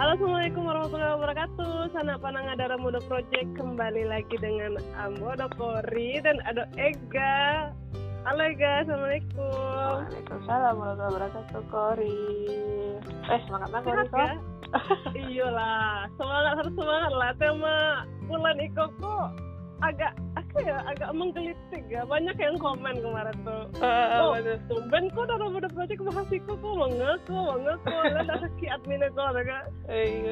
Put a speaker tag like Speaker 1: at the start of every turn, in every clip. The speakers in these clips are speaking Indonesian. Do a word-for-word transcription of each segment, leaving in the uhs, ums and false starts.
Speaker 1: Assalamualaikum warahmatullahi wabarakatuh. Sanak Panangadara Muda Project kembali lagi dengan Ambo, ada Kori dan ada Ega. Halo Ega, assalamualaikum.
Speaker 2: Waalaikumsalam warahmatullahi wabarakatuh, Kori. Eh, semangat lah Kori kok.
Speaker 1: Iyalah, semangat harus semangat lah. Tema bulan Iko kok agak apa ya, agak menggelitik ya. Banyak yang komen kemarin tuh.
Speaker 2: Uh,
Speaker 1: oh, tumben kok Dara Muda Project bahas Iko kok mengaku, mengaku. Lah dah sakit adminnya kok, kan?
Speaker 2: Iya.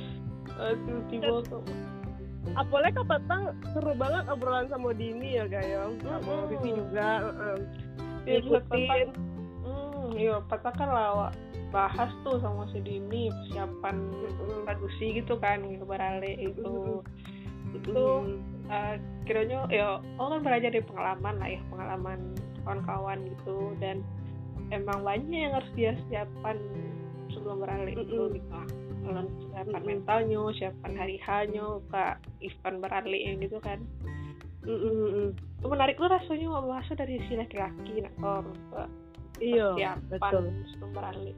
Speaker 2: Aduh, tiba kok.
Speaker 1: Apalagi kak Patang seru banget obrolan sama Dini ya Gayong, sama Vivi juga.
Speaker 2: Ikutin. Hmm, iya Patang kan lawak bahas tuh sama si Dini persiapan produksi gitu kan, gitu barale itu. Itu uh, kiranya ya, oh kan belajar dari pengalaman lah ya, pengalaman kawan-kawan gitu, dan emang banyak yang harus dia siapkan sebelum barale itu gitu. Siapan mm-hmm. mentalnya, siapan hari hanya kak event beralih gitu kan.
Speaker 1: Mm-hmm.
Speaker 2: Menarik lu rasanya bahasa dari si laki-laki nak or
Speaker 1: iya betul
Speaker 2: sebelum beralih.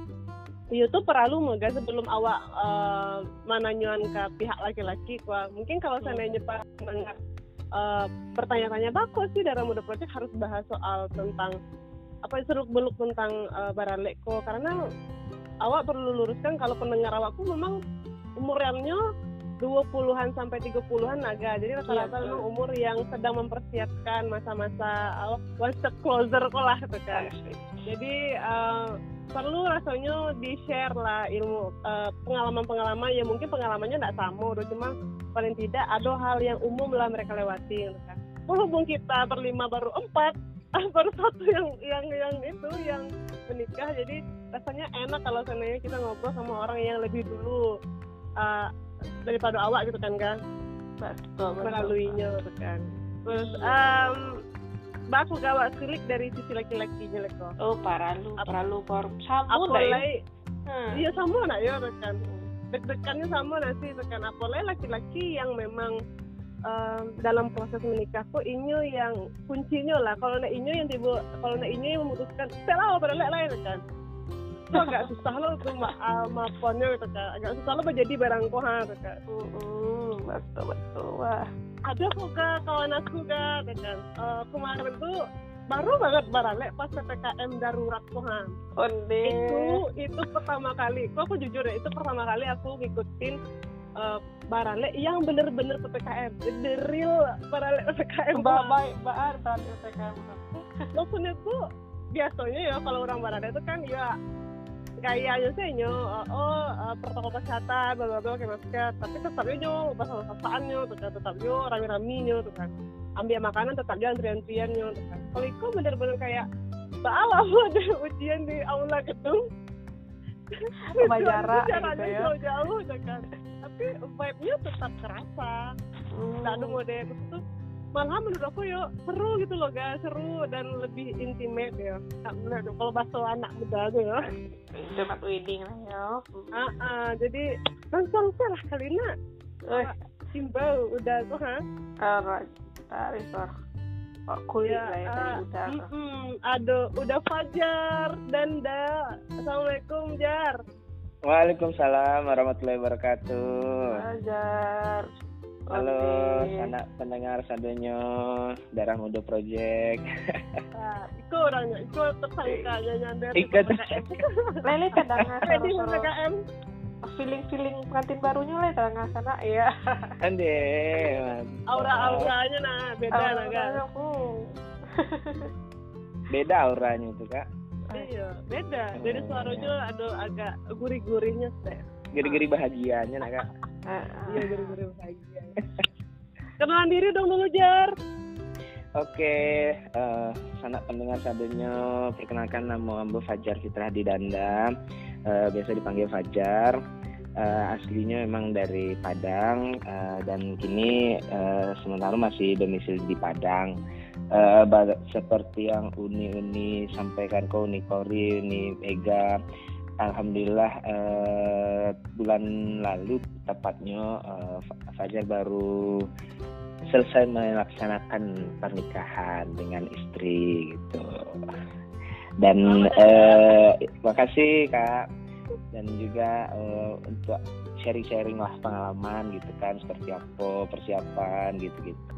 Speaker 1: Iya tuh perlu moga sebelum awak uh, mananyuan ke pihak laki-laki kuah. Mungkin kalau seandainya Pak mendengar uh, pertanyaan-tanya bagus sih Dara Muda Project harus bahas soal tentang apa seruk beluk tentang uh, baralek kok, karena awak perlu luruskan kalau pendengar awakku memang umurnya dua puluhan sampai tiga puluhan naga. Jadi rata-rata memang yeah, umur yang sedang mempersiapkan masa-masa uh, one step closer kok lah gitu kan. Jadi uh, perlu rasanya di-share lah ilmu uh, pengalaman-pengalaman ya, mungkin pengalamannya enggak sama, udah cuma paling tidak ada hal yang umum lah mereka lewati gitu kan. Walaupun kita berlima baru empat, baru satu yang yang yang itu yang menikah, jadi rasanya enak kalau seandainya kita ngobrol sama orang yang lebih dulu uh, daripada awak gitu kan kan
Speaker 2: betul,
Speaker 1: melaluinya gitu kan. Terus um, baku gawat sulit dari sisi laki-lakinya leko.
Speaker 2: Oh parah lu, parah lu por sama
Speaker 1: apalagi iya sama nak ya kan, deg-degannya sama nasi kan, apalagi laki-laki yang memang Um, dalam proses menikah kok inyo yang kuncinya lah. Kalau nak inyo yang tiba, kalau nak inyo yang memutuskan setelah pada lek lain kan, itu agak susah loh tuh mak maponnya gitu kan, agak susah loh menjadi barang kohan gitu kan.
Speaker 2: Uh, betul betul wah.
Speaker 1: Ada kok kak kawan aku kak kan, uh, kemarin tuh baru banget baralek pas P P K M darurat kohan.
Speaker 2: Onde.
Speaker 1: Itu itu pertama kali. Kok aku jujur ya, itu pertama kali aku ngikutin Uh, barale yang bener-bener P P K M, the real barale P P K M.
Speaker 2: Baik, baar barale P P K M.
Speaker 1: Maksudnya tuh biasanya ya kalau orang barale itu kan ya kayaknya sih nyo, oh uh, protokol kesehatan, bla bla bla kayak masker, tapi tetapnya nyo bahasa-bahasaannya, tetap tetapnya rame-ramenya tuh kan, ambil makanan tetapnya antrian-antriannya tuh kan. Kalau itu bener-bener kayak baalah ada ujian di aula gedung.
Speaker 2: Pembelajaran gitu ya.
Speaker 1: Jauh-jauh kan. Tapi vibe-nya tetap kerasa. Nggak ada mode itu, malah menurut aku ya seru gitu loh guys, seru dan lebih intimate ya. Nah, kalau bahasa anak muda tuh ya.
Speaker 2: Demat wedding lah ya.
Speaker 1: Ah, ah, jadi langsung lah kali ini. Eh, simbol udah tuh ha.
Speaker 2: Ah, tarik lah. Oh, kulit
Speaker 1: ya,
Speaker 2: lah ya dari
Speaker 1: uh,
Speaker 2: udah.
Speaker 1: Aduh, udah Fajar dan Da. Assalamualaikum Jar.
Speaker 3: Waalaikumsalam warahmatullahi wabarakatuh.
Speaker 2: Fajar.
Speaker 3: Halo, sanak pendengar sadonyo Dara Muda Project.
Speaker 1: Nah, itu orangnya, itu tersangkanya nyandar.
Speaker 3: Ikut.
Speaker 2: Lele kadang
Speaker 1: Ready P P K M.
Speaker 2: Feeling-feeling pengantin barunya lah tengah sana ya.
Speaker 3: Ande.
Speaker 1: Aura-auranya nah beda
Speaker 2: Aura
Speaker 1: lah kan.
Speaker 3: Beda auranya tuh kak.
Speaker 1: Iya beda. Jadi suaranya ada agak gurih-gurihnya teh.
Speaker 3: Geri-geri bahagianya nah kak.
Speaker 1: Iya gurih-gurih bahagia. Kenalan diri dong dulu Jar.
Speaker 3: Oke, uh, sanak pendengar sadonyo, perkenalkan nama Ambo Fajar Fitrah Didanda. Uh, biasa dipanggil Fajar, uh, aslinya memang dari Padang, uh, dan kini uh, sementara masih domisili di Padang. Uh, seperti yang Uni-Uni sampaikan ke Uni Kori, Uni Ega, alhamdulillah uh, bulan lalu tepatnya uh, Fajar baru selesai melaksanakan pernikahan dengan istri gitu. Dan oh, eh, makasih Kak. dan juga uh, untuk sharing-sharing lah pengalaman gitu kan, seperti apa persiapan gitu-gitu.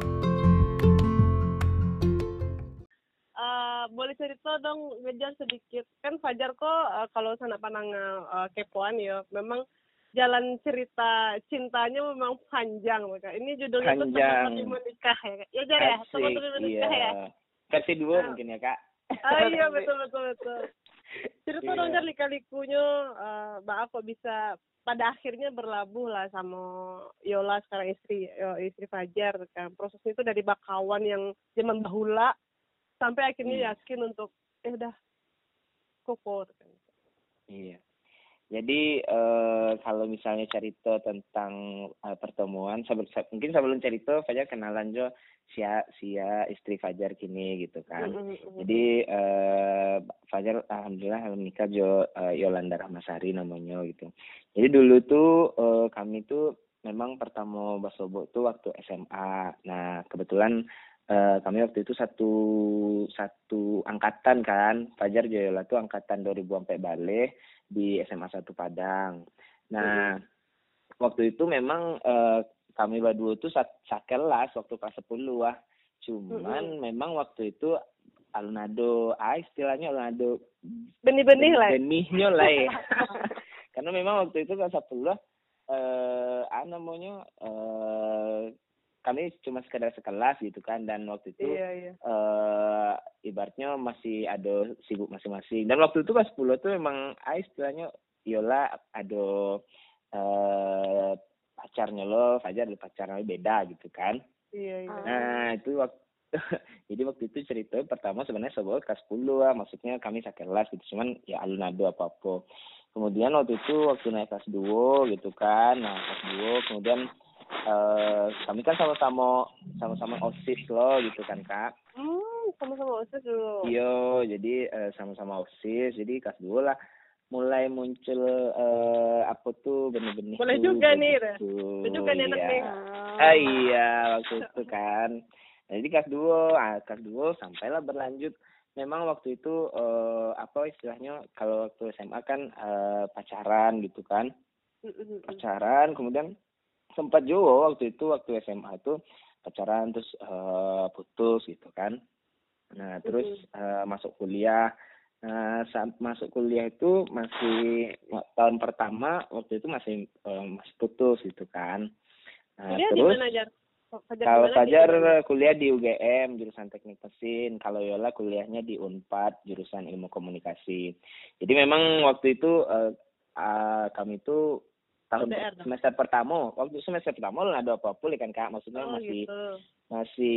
Speaker 1: Uh, boleh cerita dong ngejar sedikit kan Fajar kok uh, kalau sana panang uh, kepoan ya memang jalan cerita cintanya memang panjang maka ini judulnya tuh Teman Tadi Menikah ya ya Jar ya Teman Tadi Menikah
Speaker 3: iya.
Speaker 1: ya
Speaker 3: versi dua
Speaker 1: nah.
Speaker 3: Mungkin ya Kak.
Speaker 1: Ah iya betul betul betul cerita yeah. dong Jar lika-likunya uh, Mbak kok bisa pada akhirnya berlabuh lah sama Yola sekarang istri yo, istri Fajar kan prosesnya itu dari bakawan yang zaman bahula sampai akhirnya hmm. yakin untuk eh udah koko kan.
Speaker 3: Iya. Jadi uh, kalau misalnya cerita tentang uh, pertemuan, sebelum, mungkin sebelum cerita Fajar kenalan jo sia sia istri Fajar kini gitu kan. Mm-hmm. Jadi uh, Fajar alhamdulillah menikah jo uh, Yolanda Rahmasari namanya gitu. Jadi dulu tuh uh, kami tuh memang pertama basobo tuh waktu S M A. Nah kebetulan uh, kami waktu itu satu satu angkatan kan. Fajar jo Yola tuh angkatan dua ribu sampai balik di S M A satu Padang. Nah, mm-hmm. waktu itu memang uh, kami berdua tuh sakelas waktu kelas sepuluh wah. Cuman mm-hmm. memang waktu itu alunado, ah istilahnya alunado
Speaker 1: benih-benih lah.
Speaker 3: Benihnya lah ya. Karena memang waktu itu kelas sepuluh eh uh, namanya uh, kami cuma sekedar sekelas gitu kan dan waktu itu
Speaker 1: iya, iya.
Speaker 3: Uh, ibaratnya masih ada sibuk masing-masing dan waktu itu kelas sepuluh tuh memang ah, istilahnya Yola ada uh, pacarnya lo Fajar ada pacarnya beda gitu kan
Speaker 1: iya, iya.
Speaker 3: Nah itu waktu jadi waktu itu cerita pertama sebenarnya sebut kelas sepuluh lah maksudnya kami sekelas gitu cuman ya alunado apa-apa kemudian waktu itu waktu naik kelas dua gitu kan nah kelas dua kemudian Uh, kami kan sama-sama sama-sama OSIS loh gitu kan Kak.
Speaker 1: Hmm, sama-sama OSIS dulu.
Speaker 3: Iya, jadi uh, sama-sama OSIS. Jadi kelas dua lah mulai muncul uh, apa tuh benih-benih.
Speaker 1: Boleh
Speaker 3: tuh,
Speaker 1: juga nih,
Speaker 3: Boleh
Speaker 1: juga nih anak nih.
Speaker 3: Ah iya, waktu itu kan. Nah, jadi kelas dua, ah, kelas dua sampailah berlanjut. Memang waktu itu uh, apa istilahnya kalau waktu S M A kan uh, pacaran gitu kan. Pacaran kemudian sempat juga waktu itu waktu S M A tuh pacaran terus uh, putus gitu kan. Nah terus uh, masuk kuliah. Nah saat masuk kuliah itu masih tahun pertama waktu itu masih uh, masih putus gitu kan. Nah,
Speaker 1: kuliah
Speaker 3: terus
Speaker 1: di mana Jar?
Speaker 3: Fajar kalau Fajar kuliah di U G M jurusan Teknik Mesin. Kalau Yola kuliahnya di Unpad jurusan Ilmu Komunikasi. Jadi memang waktu itu uh, uh, kami itu tahun per, semester pertama waktu semester pertama lu ada apa-apa kan Kak maksudnya
Speaker 1: oh,
Speaker 3: masih
Speaker 1: gitu.
Speaker 3: masih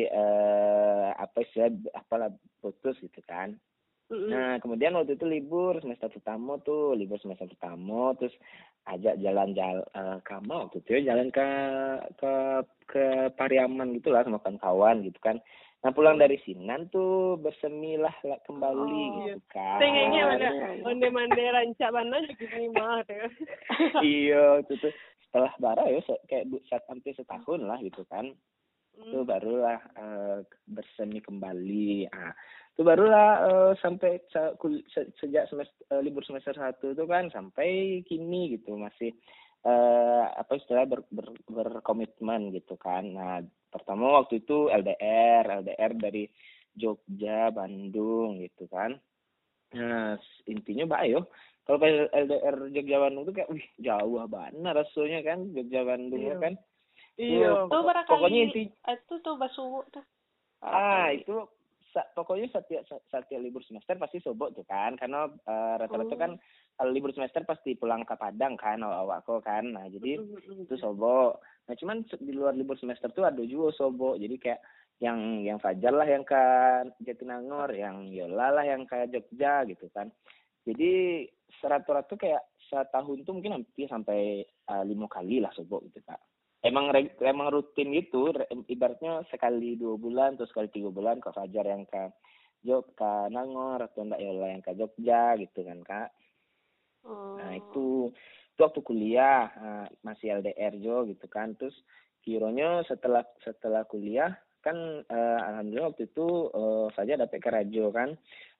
Speaker 3: uh, apa sih apalah putus gitu kan mm-hmm. Nah kemudian waktu itu libur semester pertama tuh libur semester pertama terus ajak jalan-jalan uh, kamu waktu itu jalan ke ke ke Pariaman gitulah sama kawan-kawan gitu kan. Nah pulang dari Sinan tuh bersemilah kembali oh, gitu kan.
Speaker 1: Pengennya mana mande-mande rancak mana gini mah teh.
Speaker 3: Iya itu tuh setelah bara ya kayak sampai setahun lah gitu kan. Hmm. Itu barulah uh, bersemi kembali. Ah, itu barulah uh, sampai se- sejak semester uh, libur semester satu itu kan sampai kini gitu masih uh, apa istilah ber, ber, berkomitmen gitu kan. Nah pertama waktu itu L D R, L D R dari Jogja, Bandung gitu kan. Nah, intinya Mbak Ayo, kalau L D R Jogja Bandung itu kayak wih jauh banget rasanya kan Jogja Bandung iya. kan.
Speaker 2: Iya. Tuh barangkali pokoknya inti itu tuh basuh tuh.
Speaker 3: Ah, itu pokoknya setiap setiap libur semester pasti sobok tuh kan karena uh, rata-rata oh. kan kalau libur semester pasti pulang ke Padang kan awak-awakku kan. Nah, jadi mm-hmm. itu sobok. Nah cuman di luar libur semester tuh ada juga sobo jadi kayak yang yang Fajar lah yang ke Jatinangor yang Yola lah yang ke Jogja gitu kan jadi rata-rata kayak setahun tuh mungkin hampir sampai uh, lima kali lah sobo gitu Kak emang emang rutin gitu ibaratnya sekali dua bulan terus sekali tiga bulan ke Fajar yang ke Jogja Nangor atau enggak Yola yang ke Jogja gitu kan Kak oh. Nah itu itu waktu kuliah uh, masih L D R jo gitu kan terus kiranya setelah setelah kuliah kan uh, alhamdulillah waktu itu uh, saja dapat ke radio kan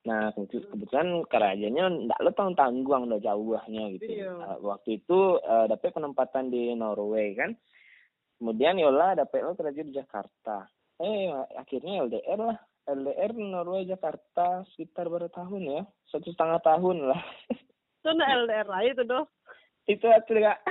Speaker 3: Nah kebetulan kerajanya ndak lo tahun tangguang udah jauhnya gitu.
Speaker 1: Iya.
Speaker 3: Uh, waktu itu uh, dapat penempatan di Norway kan. Kemudian yola dapat lo kerja di Jakarta. Eh akhirnya L D R lah. L D R Norway Jakarta sekitar berapa tahun ya? Satu setengah tahun lah.
Speaker 1: Itu na L D R lah itu doh.
Speaker 3: Itu asli kak.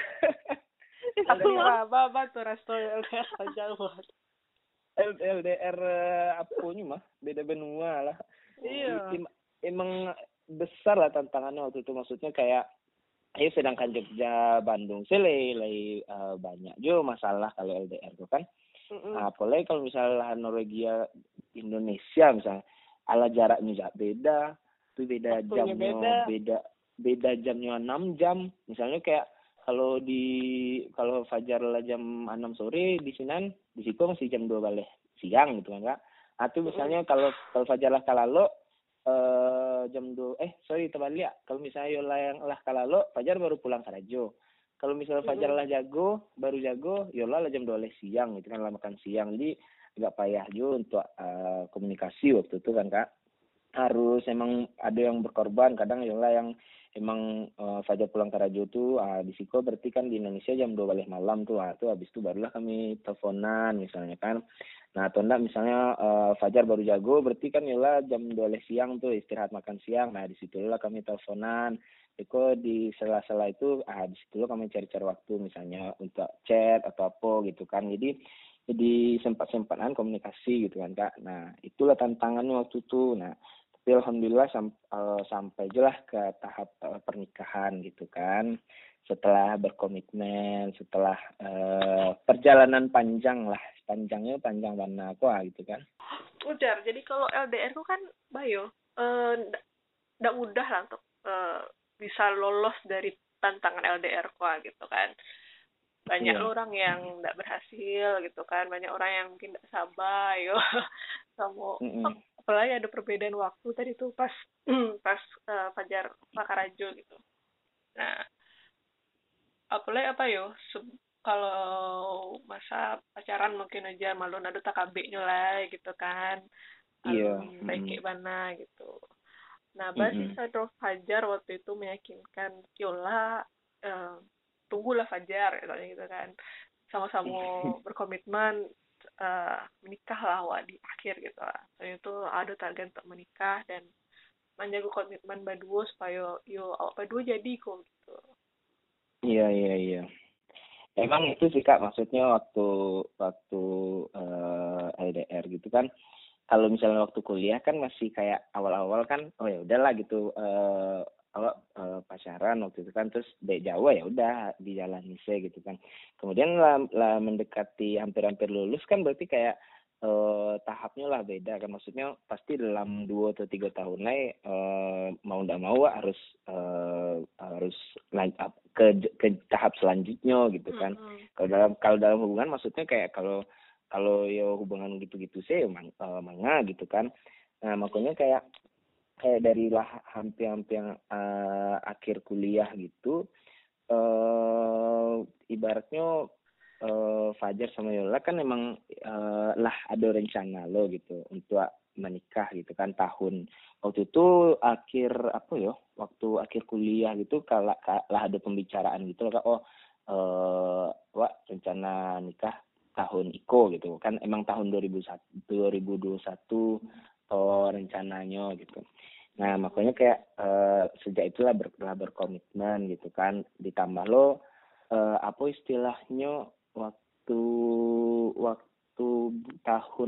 Speaker 2: Aku apa apa tuh resto L D R aja buat.
Speaker 3: L D R apanya mah beda benua lah.
Speaker 1: Iya.
Speaker 3: Emang besar lah tantangannya waktu itu, maksudnya kayak ya sedangkan Jogja Bandung sih lay, uh, banyak juga masalah kalau L D R itu kan. Mm-hmm. Nah, apalagi kalau misalnya Norwegia Indonesia misalnya ala jaraknya beda, tuh beda
Speaker 1: Waktunya
Speaker 3: jamnya
Speaker 1: beda.
Speaker 3: beda beda jamnya enam jam. Misalnya kayak kalau di kalau fajar lah jam enam sore di Sinan, di Siko masih jam dua balik siang gitu kan Kak. Atau misalnya kalau kalau fajar lah kalalo eh, jam dua eh sorry terbalik ya. Kalau misalnya yola yang lah kalalo fajar baru pulang Karajo. Kalau misalnya fajar lah jago baru jago yola lah jam dua belas siang gitu kan, lah makan siang. Jadi agak payah juga untuk uh, komunikasi waktu itu kan Kak. Harus emang ada yang berkorban, kadang yola yang emang uh, fajar pulang Karajo tuh uh, di Siko berarti kan di Indonesia jam dua balik malam tuh, uh, tuh habis itu barulah kami teleponan misalnya kan. Nah atau enggak misalnya uh, fajar baru jago berarti kan yola jam dua belas siang tuh istirahat makan siang. Nah di situlah kami teleponan. Eko di sela-sela itu ah di situ kami cari-cari waktu misalnya untuk chat atau apa gitu kan. Jadi jadi sempat-sempatan komunikasi gitu kan Kak. Nah itulah tantangannya waktu itu. Nah tapi alhamdulillah sam- uh, sampai jelas ke tahap uh, pernikahan gitu kan. Setelah berkomitmen, setelah uh, perjalanan panjang lah, panjangnya panjang warna aku gitu kan.
Speaker 2: Udah, jadi kalau L D R itu kan Bayo, eh ndak mudah lah untuk uh, bisa lolos dari tantangan L D R kuah gitu kan. Banyak yeah. orang yang ndak berhasil gitu kan, banyak orang yang mungkin ndak sabar yo sama mm-hmm. apalagi ada perbedaan waktu tadi tuh pas pas uh, fajar Karajo gitu. Nah apalagi apa yo se- kalau masa pacaran mungkin aja malu nado tak kabeknya lah gitu kan.
Speaker 3: Iya.
Speaker 2: Yeah. Baik kayak mana gitu. Nah, basis mm-hmm. Fajar waktu itu meyakinkan Yola eh, tunggulah Fajar katanya gitu kan. Sama-sama berkomitmen uh, menikah lah wak di akhir gitu lah. Dan itu ada target untuk menikah dan menjaga komitmen berdua supaya yo awak berdua jadi kok gitu.
Speaker 3: Iya iya iya. Emang itu sih Kak, maksudnya waktu waktu uh, L D R gitu kan. Kalau misalnya waktu kuliah kan masih kayak awal-awal kan, oh ya udahlah gitu, uh, awak uh, pacaran waktu itu kan, terus dari jauh ya udah di jalan sih gitu kan. Kemudian lah, lah mendekati hampir-hampir lulus kan berarti kayak uh, tahapnya lah beda kan, maksudnya pasti dalam dua atau tiga tahun lagi uh, mau ndak mau harus uh, harus lanjut ke ke tahap selanjutnya gitu kan. Mm-hmm. Kalau dalam kalau dalam hubungan maksudnya kayak kalau kalau ya hubungan gitu-gitu sih emang uh, manga gitu kan. Nah makanya kayak kayak dari lah hampir-hampir uh, akhir kuliah gitu, uh, ibaratnya uh, Fajar sama Yola kan emang uh, lah ada rencana lo gitu untuk menikah gitu kan tahun waktu itu akhir apa ya waktu akhir kuliah gitu kalau lah ada pembicaraan gitu kan, oh uh, wah rencana nikah tahun Iko gitu kan, emang tahun dua ribu dua puluh satu oh rencananya gitu. Nah makanya kayak uh, sejak itulah ber, berkomitmen gitu kan, ditambah lo uh, apa istilahnya waktu waktu tahun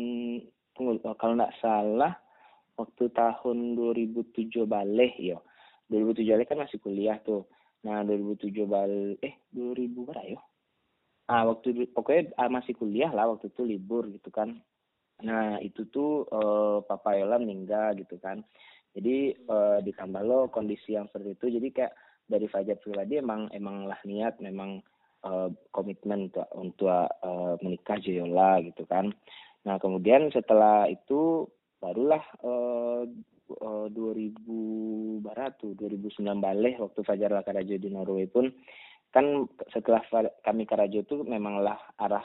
Speaker 3: kalau nggak salah waktu tahun dua ribu tujuh balik ya dua ribu tujuh balik kan masih kuliah tuh. Nah dua ribu tujuh balik eh dua ribu berapa ya? Ah waktu pokoknya ah, masih kuliah lah waktu itu libur gitu kan. Nah itu tuh uh, Papa Yola meninggal gitu kan. Jadi uh, ditambah lo kondisi yang seperti itu, jadi kayak dari Fajar pribadi emang emang lah niat memang uh, komitmen untuk untuk uh, menikah Yola gitu kan. Nah kemudian setelah itu barulah uh, uh, dua ribu barat tuh dua ribu sembilan balik waktu Fajar Karajo di Norway pun kan setelah kami Karajo itu memanglah arah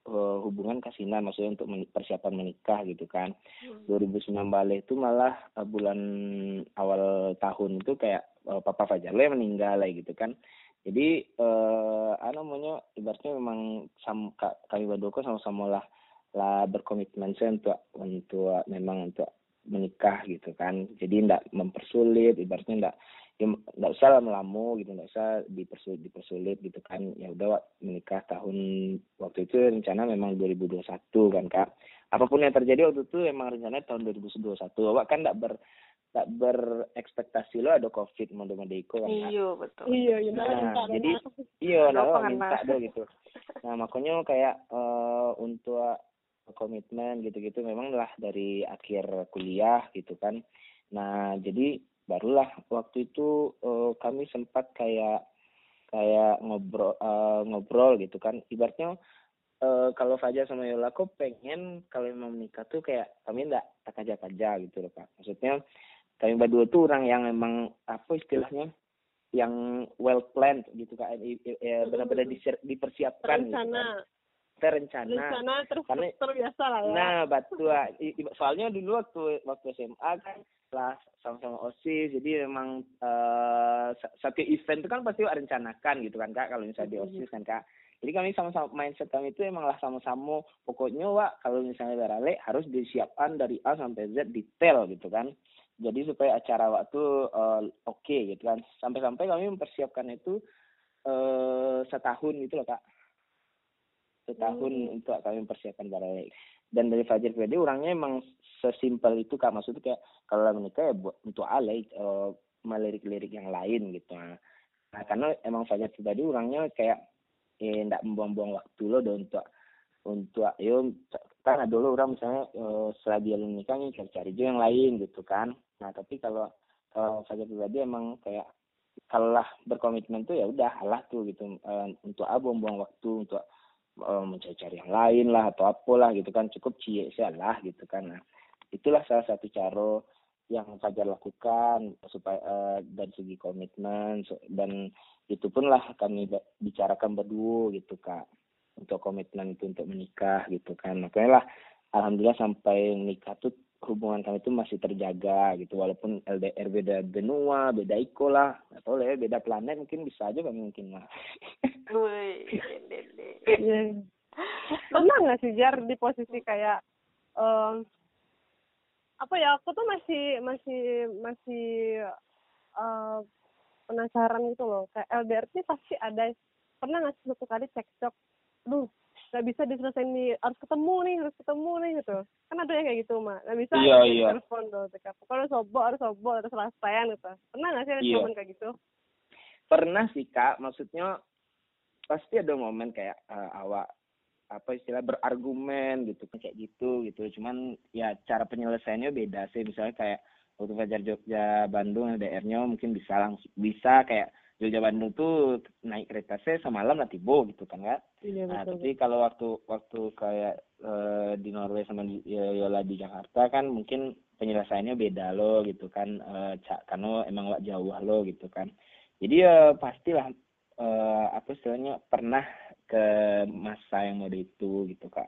Speaker 3: uh, hubungan kasinan, maksudnya untuk meni- persiapan menikah gitu kan.
Speaker 2: Hmm.
Speaker 3: dua ribu sembilan belas itu malah uh, bulan awal tahun itu kayak uh, Papa Fajar lo yang meninggal lah gitu kan. Jadi eh apa namanya ibaratnya memang sam, ka- kami berdua kan sama-sama lah lah berkomitmen saya untuk untuk memang untuk menikah gitu kan. Jadi ndak mempersulit, ibaratnya ndak ya, ndak usah lah melamu gitu, ndak usah dipersulit dipersulit gitu kan. Ya udah Wak, menikah tahun waktu itu rencana memang dua ribu dua puluh satu kan Kak. Apapun yang terjadi waktu itu emang rencananya tahun dua ribu dua puluh satu. Awak kan ndak ber tak berekspektasi lo ada covid mode-modeko kan Kak.
Speaker 2: Iya betul.
Speaker 1: Iya, iya.
Speaker 3: Nah, jadi iya
Speaker 2: Ada
Speaker 3: nah
Speaker 2: apa kan,
Speaker 3: minta
Speaker 2: Mas?
Speaker 3: do gitu. Nah, makanya kayak eh, untuk komitmen gitu-gitu memang lah dari akhir kuliah gitu kan. Nah, jadi barulah waktu itu eh, kami sempat kayak kayak ngobrol eh, ngobrol gitu kan. Ibaratnya eh, kalau Fajar sama Yola aku pengen kalau mau menikah tuh kayak kami enggak tak aja-aja gitu loh Kak. Maksudnya kami berdua tuh orang yang emang apa istilahnya yang well planned gitu kan, benar-benar disiap- dipersiapkan gitu
Speaker 1: Rencana.
Speaker 3: kan. Terencana.
Speaker 1: Rencana terus
Speaker 3: Karena,
Speaker 1: terbiasa lah ya.
Speaker 3: nah betul. I- i- Soalnya dulu waktu waktu S M A kan lah sama-sama OSIS, jadi memang eh, sa- satu event itu kan pasti rencanakan gitu kan Kak, kalau misalnya di OSIS kan Kak. Jadi kami sama-sama mindset kami itu emanglah sama-sama pokoknya Wak kalau misalnya berale harus disiapkan dari A sampai Z detail gitu kan. Jadi supaya acara waktu uh, oke okay, gitu kan. Sampai-sampai kami mempersiapkan itu uh, setahun gitu loh Kak. Setahun hmm. untuk kami mempersiapkan barang. Dan dari Fajar pribadi orangnya emang sesimpel itu Kak. Maksudnya kayak kalau menikah ya buat untuk alay uh, melirik-lirik yang lain gitu. Nah, nah karena emang Fajar pribadi orangnya kayak eh enggak membuang-buang waktu loh untuk untuk ayo kan dulu orang misalnya uh, setelah dia menikah nih cari-cari juga yang lain gitu kan. Nah tapi kalau kalau saya pribadi emang kayak kalau lah berkomitmen tuh ya udah lah tuh gitu uh, untuk apa buang waktu untuk uh, mencari-cari yang lain lah atau apalah gitu kan, cukup cie lah gitu kan. Nah itulah salah satu cara yang Fajar lakukan supaya uh, dari segi komitmen dan itu pun lah kami bicarakan berdua gitu Kak untuk komitmen itu untuk menikah gitu kan. Makanya lah alhamdulillah sampai menikah tuh hubungan kami itu masih terjaga gitu walaupun L D R beda benua, beda iko lah atau lah ya beda planet mungkin bisa aja kami mungkin lah.
Speaker 1: Pernah nggak sih Jar di posisi kayak um, apa ya aku tuh masih masih masih uh, penasaran gitu loh kayak L D R ini pasti ada pernah nggak sih satu kali cekcok, duh nggak bisa diselesain nih harus ketemu nih harus ketemu nih gitu kan ada yang kayak gitu mah nggak bisa
Speaker 3: iya, iya.
Speaker 1: telepon tuh kalau sobo harus sobo harus selesaian gitu pernah nggak sih ada
Speaker 3: iya.
Speaker 1: momen kayak gitu?
Speaker 3: Pernah sih Kak, maksudnya pasti ada momen kayak uh, awak apa istilah berargumen gitu kayak gitu gitu cuman ya cara penyelesaiannya beda sih misalnya kayak waktu Fajar Jogja Bandung L D R-nya mungkin bisa langsung bisa kayak Jogja Bandung tuh naik kereta saya semalam lah tiba gitu kan kan
Speaker 1: iya,
Speaker 3: nah
Speaker 1: betul.
Speaker 3: tapi kalau waktu waktu kayak uh, di Norway sama di Yola di Jakarta kan mungkin penyelesaiannya beda lo gitu kan uh, karena emang wak jauh lo gitu kan jadi ya uh, pastilah uh, apa istilahnya pernah ke masa yang mode itu gitu Kak.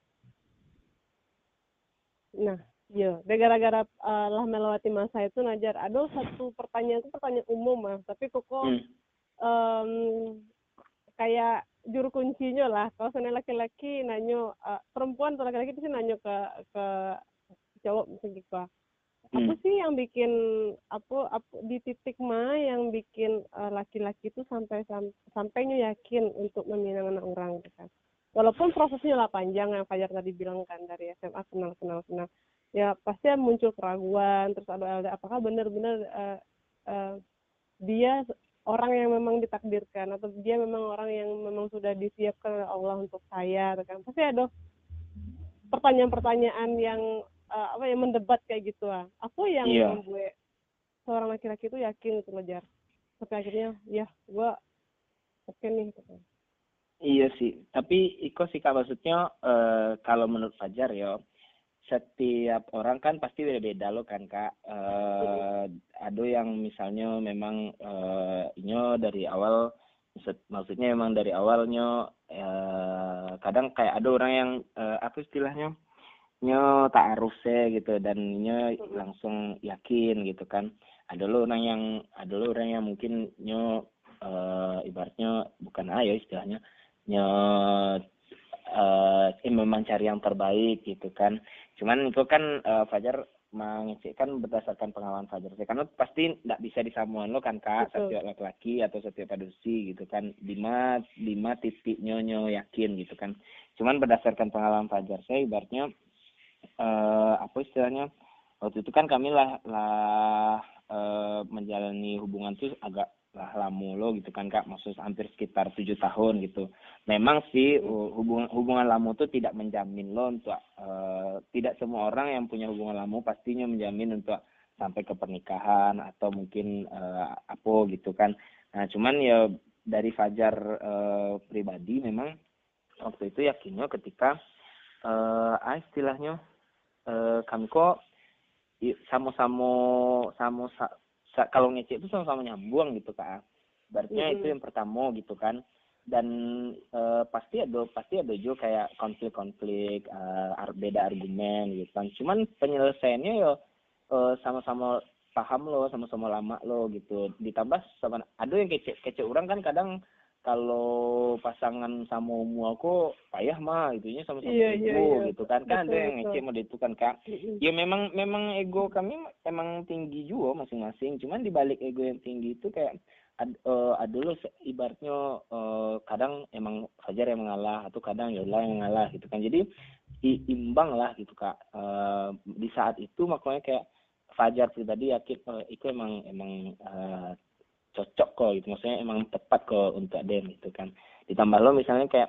Speaker 1: Nah, iya, gara-gara uh, lah melewati masa itu Najar. Ada satu pertanyaan itu pertanyaan umum mah, tapi kok hmm. um, kayak juru kuncinya lah. Kalau sana laki-laki nanyo uh, perempuan atau laki-laki itu sih nanyo ke ke cowok misalnya gitu. Apa hmm. sih yang bikin apa, apa di titik mana yang bikin uh, laki-laki itu sampai sam, sampainya yakin untuk meminang anak orang gitu kan. Walaupun prosesnya lah panjang yang Fajar tadi bilang kan dari S M A kenal kenal kenal. Ya pasti muncul keraguan terus ada ada apakah benar-benar uh, uh, dia orang yang memang ditakdirkan atau dia memang orang yang memang sudah disiapkan oleh Allah untuk saya kan. Pasti ada pertanyaan-pertanyaan yang Uh, apa yang mendebat kayak gitu ah. Apa yang
Speaker 3: iya.
Speaker 1: membuat seorang laki-laki itu yakin untuk ngejar sampai akhirnya ya gue oke okay nih gitu.
Speaker 3: Iya sih tapi iko sih Kak maksudnya uh, kalau menurut Fajar ya setiap orang kan pasti beda-beda lo kan Kak uh, ada yang misalnya memang uh, inyo dari awal Maksudnya emang dari awalnya eh, kadang kayak ada orang yang eh, apa istilahnya nyo ta'aruf seh gitu dan nyo langsung yakin gitu kan. Ada lo orang yang ada lo orang yang mungkin nyo uh, ibaratnya bukan ayo istilahnya nyo uh, memang cari yang terbaik gitu kan. Cuman itu kan uh, Fajar mengecek kan berdasarkan pengalaman Fajar sih, karena pasti tidak bisa disamakan lo kan kak. Betul. Setiap laki-laki atau setiap padusi gitu kan lima lima titik nyo yakin gitu kan. Cuman berdasarkan pengalaman Fajar saya ibaratnya Uh, apa istilahnya waktu itu kan kami lah lah uh, menjalani hubungan tuh agak lah lama lo gitu kan kak, maksud hampir sekitar tujuh tahun gitu. Memang sih uh, hubungan hubungan lama tuh tidak menjamin lo untuk uh, tidak semua orang yang punya hubungan lama pastinya menjamin untuk sampai ke pernikahan atau mungkin uh, apa gitu kan. Nah cuman ya dari Fajar uh, pribadi memang waktu itu yakinnya ketika uh, ah istilahnya Uh, kami kok sama-sama sama sa, sa, kalau ngecek itu sama-sama nyambung gitu kak. Berarti mm-hmm. itu yang pertama gitu kan. Dan uh, pasti ada pasti ada juga kayak konflik-konflik uh, beda argumen gitu kan. Cuman penyelesaiannya ya uh, sama-sama paham lo, sama-sama lama lo gitu. Ditambah sama ada yang kece kece orang kan kadang kalau pasangan sama umu aku payah mah itunya sama-sama
Speaker 1: iya,
Speaker 3: ego
Speaker 1: iya, iya.
Speaker 3: gitu kan. Kan
Speaker 1: betul,
Speaker 3: ada yang ngecek mau itu kan kak.
Speaker 1: Mm-hmm.
Speaker 3: Ya memang memang ego kami emang tinggi juga masing-masing. Cuman di balik ego yang tinggi itu kayak ad, uh, ada lo ibaratnya uh, kadang emang Fajar yang mengalah atau kadang Yola yang mengalah gitu kan. Jadi imbang lah gitu kak. Uh, di saat itu makanya kayak Fajar pribadi yakin uh, itu emang emang uh, cocok kok gitu, maksudnya emang tepat kok untuk Dem gitu kan. Ditambah lo misalnya kayak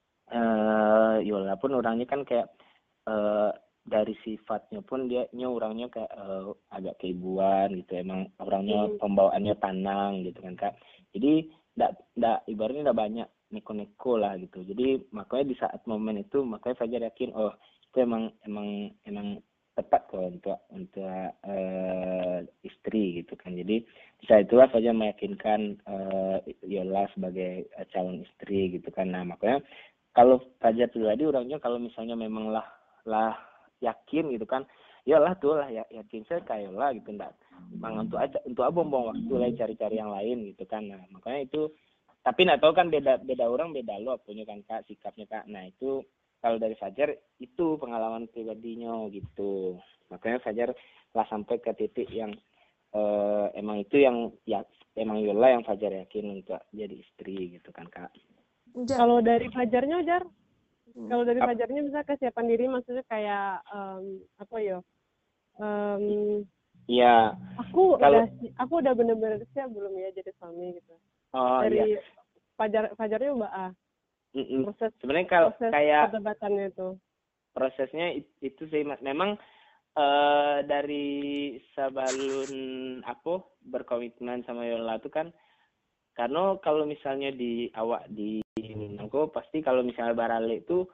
Speaker 3: eh Yola pun orangnya kan kayak eh dari sifatnya pun dia nya orangnya kayak eh, agak keibuan gitu, emang orangnya hmm. pembawaannya tenang gitu kan kak. Jadi ndak ndak ibaratnya ndak banyak neko-neko lah gitu. Jadi makanya di saat momen itu makanya Fajar yakin oh itu emang emang emang tepat kok untuk untuk uh, istri gitu kan. Jadi bisa itulah saja meyakinkan uh, Yola sebagai uh, calon istri gitu kan. Nah makanya kalau Fajar pribadi orangnya kalau misalnya memang lah lah yakin gitu kan, Yola tuh lah ya, yakin saya kayak Yola gitu enggak. Memang untuk aja untuk abang buang waktu lah cari-cari yang lain gitu kan. Nah makanya itu tapi nggak tahu kan beda beda orang beda lo punya kan kak sikapnya kak. Nah itu kalau dari Fajar itu pengalaman pribadinya gitu. Makanya Fajar lah sampai ke titik yang uh, emang itu yang ya emang Yola yang Fajar yakin untuk jadi istri gitu kan kak.
Speaker 1: Kalau dari Fajarnya Jar, hmm. kalau dari Fajarnya bisa kesiapan diri maksudnya kayak um, apa ya? Um,
Speaker 3: Iya.
Speaker 1: Aku
Speaker 3: kalau,
Speaker 1: udah aku udah bener-bener siap belum ya jadi suami gitu.
Speaker 3: Oh
Speaker 1: dari
Speaker 3: iya.
Speaker 1: Fajar Fajarnya Mbak A.
Speaker 3: Mm-mm.
Speaker 1: Proses
Speaker 3: sebenarnya kalau
Speaker 1: proses
Speaker 3: kayak
Speaker 1: perdebatannya itu
Speaker 3: prosesnya itu sih memang uh, dari sebelum apa berkomitmen sama Yola itu kan karena kalau misalnya di awak di Minangko pasti kalau misalnya barale itu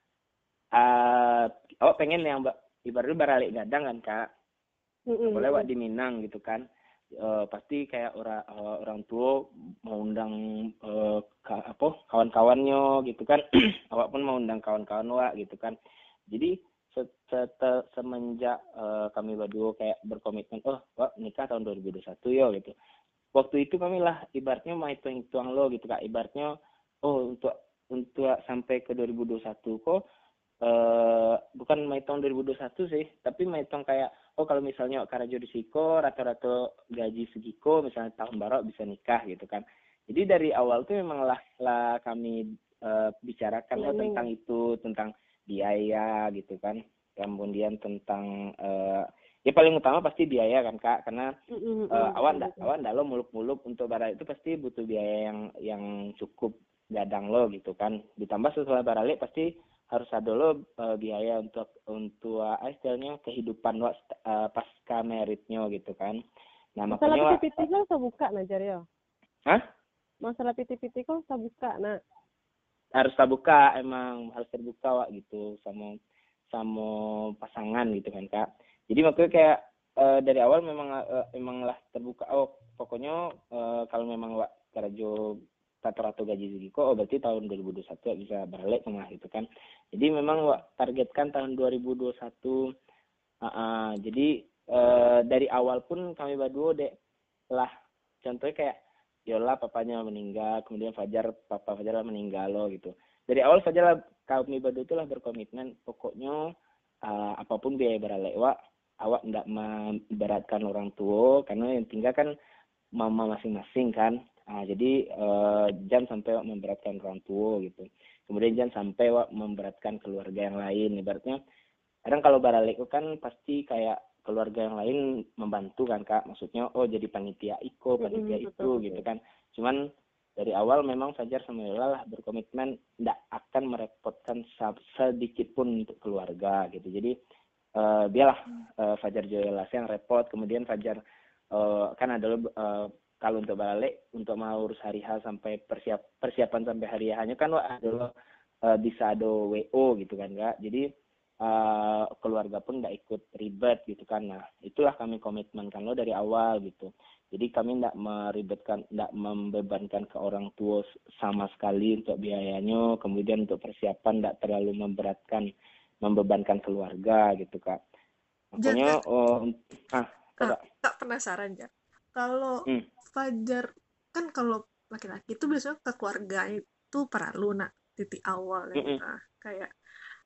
Speaker 3: uh, awak pengen yang ibaratnya barale gadang kan kak mm-hmm. boleh awak di Minang gitu kan. Uh, pasti kayak orang uh, orang tua mau undang uh, ka, apa kawan-kawannya gitu kan. Awak pun mau undang kawan-kawan awak gitu kan. Jadi se- semenjak uh, kami berdua kayak berkomitmen oh wak nikah tahun dua ribu dua puluh satu ya gitu. Waktu itu kami lah ibaratnya mau hitung-hitung lo gitu kak, ibaratnya oh untuk untuk sampai ke dua ribu dua puluh satu kok Uh, bukan maitong dua ribu dua puluh satu sih, tapi maitong kayak oh kalau misalnya karajo disiko rata-rata gaji segiko misalnya tahun baru bisa nikah gitu kan. Jadi dari awal tuh memang lah, lah kami uh, bicarakan oh, tentang itu, tentang biaya gitu kan. Kemudian tentang uh, ya paling utama pasti biaya kan kak, karena uh, awan ndak awan ndak lo muluk-muluk untuk barang itu pasti butuh biaya yang yang cukup gadang lo gitu kan. Ditambah setelah barale pasti harus ada lo uh, biaya untuk untuk uh, istilahnya kehidupan lo uh, pasca meritnya gitu kan. Nah
Speaker 1: masalah
Speaker 3: makanya
Speaker 1: P T P T kok buka najar ya?
Speaker 3: Hah?
Speaker 1: Masalah P T P T kok buka nah?
Speaker 3: Harus terbuka, emang harus terbuka wak gitu sama sama pasangan gitu kan kak. Jadi makanya kayak uh, dari awal memang uh, emang lah terbuka. Oh pokoknya uh, kalau memang wak karajo rata-rata gaji Sugiko, oh berarti tahun dua ribu dua puluh satu bisa balik kemah gitu kan. Jadi memang wak, targetkan tahun dua ribu dua puluh satu. Uh, uh, jadi uh, dari awal pun kami berdua dek lah, contohnya kayak Yola papanya meninggal, kemudian Fajar papa Fajar lah meninggal loh gitu. Dari awal Fajar lah kami berdua itu lah berkomitmen pokoknya uh, apapun biaya beralek wak awak tidak memberatkan orang tua karena yang tinggal kan mama masing-masing kan. Nah, jadi uh, jangan sampai wak memberatkan orang tua gitu. Kemudian jangan sampai wak memberatkan keluarga yang lain. Ibaratnya kadang kalau baralek itu kan pasti kayak keluarga yang lain membantu kan kak. Maksudnya oh jadi panitia iko, panitia
Speaker 1: Mm-hmm,
Speaker 3: itu
Speaker 1: betul,
Speaker 3: gitu
Speaker 1: betul.
Speaker 3: kan. Cuman dari awal memang Fajar sama Yola lah berkomitmen tidak akan merepotkan sedikit pun untuk keluarga gitu. Jadi uh, biarlah uh, Fajar Yola yang repot, kemudian Fajar uh, kan adalah uh, kalau untuk balik untuk mau urus hari H sampai persiap persiapan sampai hari H-nya kan wah adalah uh, bisa ada W O gitu kan kak. Jadi uh, keluarga pun nggak ikut ribet gitu kan. Nah itulah kami komitmenkan lo dari awal gitu. Jadi kami tidak meribetkan, tidak membebankan ke orang tua sama sekali untuk biayanya, kemudian untuk persiapan tidak terlalu memberatkan, membebankan keluarga gitu kak. Makanya, oh, ah,
Speaker 4: kak, kak penasaran ya, kalau hmm. Fajar kan kalau laki-laki itu biasanya ke keluarga itu perlu nak titik awal ya, mm-hmm. nah, kayak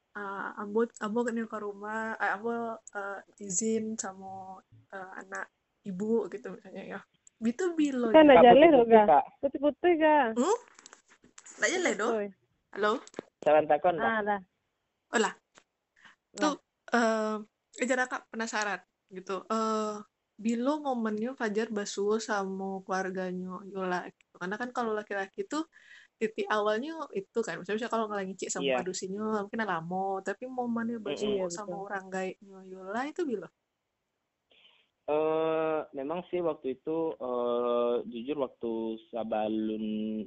Speaker 4: uh, ambo ambo ke rumah, uh, ambo uh, izin sama uh, anak ibu gitu misalnya ya. Itu bilo.
Speaker 1: Kan aja le do ga. Putih-putih ga.
Speaker 4: Hmm? Ndak jale do. Halo.
Speaker 3: Jalan takon dah.
Speaker 1: Ah, dah.
Speaker 4: Oh lah. Tuh eh uh, aja Kak penasaran gitu. Eh uh, bilo momennya Fajar basuh sama keluarganya Yola gitu. Karena kan kalau laki-laki tuh titik awalnya itu kan misalnya kalau ngelangi cik sama yeah. padusinya mungkin lama, tapi momennya basuh mm-hmm. sama orang gaiknya Yola itu bilo.
Speaker 3: Uh, memang sih waktu itu uh, jujur waktu sabalun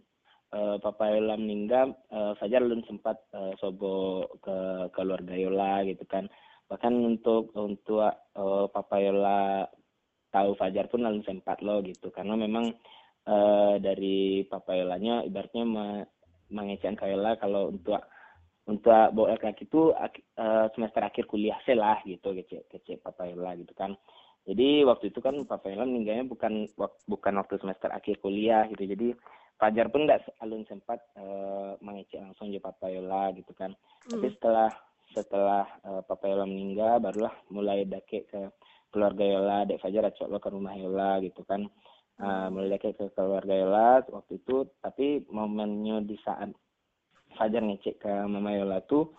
Speaker 3: uh, Papa Yola meninggal, uh, Fajar belum sempat uh, sobo ke keluarga Yola gitu kan. Bahkan untuk untuk uh, Papa Yola tahu Fajar pun belum sempat loh gitu, karena memang uh, dari Papa Yolanya ibaratnya me- mengecewakan ke Yola kalau untuk untuk bawa laki-laki itu uh, semester akhir kuliah selah gitu kece kece Papa Yola gitu kan. Jadi waktu itu kan Papa Yola meninggalnya bukan bukan waktu semester akhir kuliah gitu. Jadi Fajar pun nggak alun sempat uh, mengecek langsung di Papa Yola gitu kan. Mm. Tapi setelah setelah uh, Papa Yola meninggal barulah mulai dake ke keluarga Yola, dek Fajar acok lo ke rumah Yola gitu kan. Uh, mm. Mulai dake ke keluarga Yola waktu itu, tapi momennya di saat Fajar ngecek ke Mama Yola tuh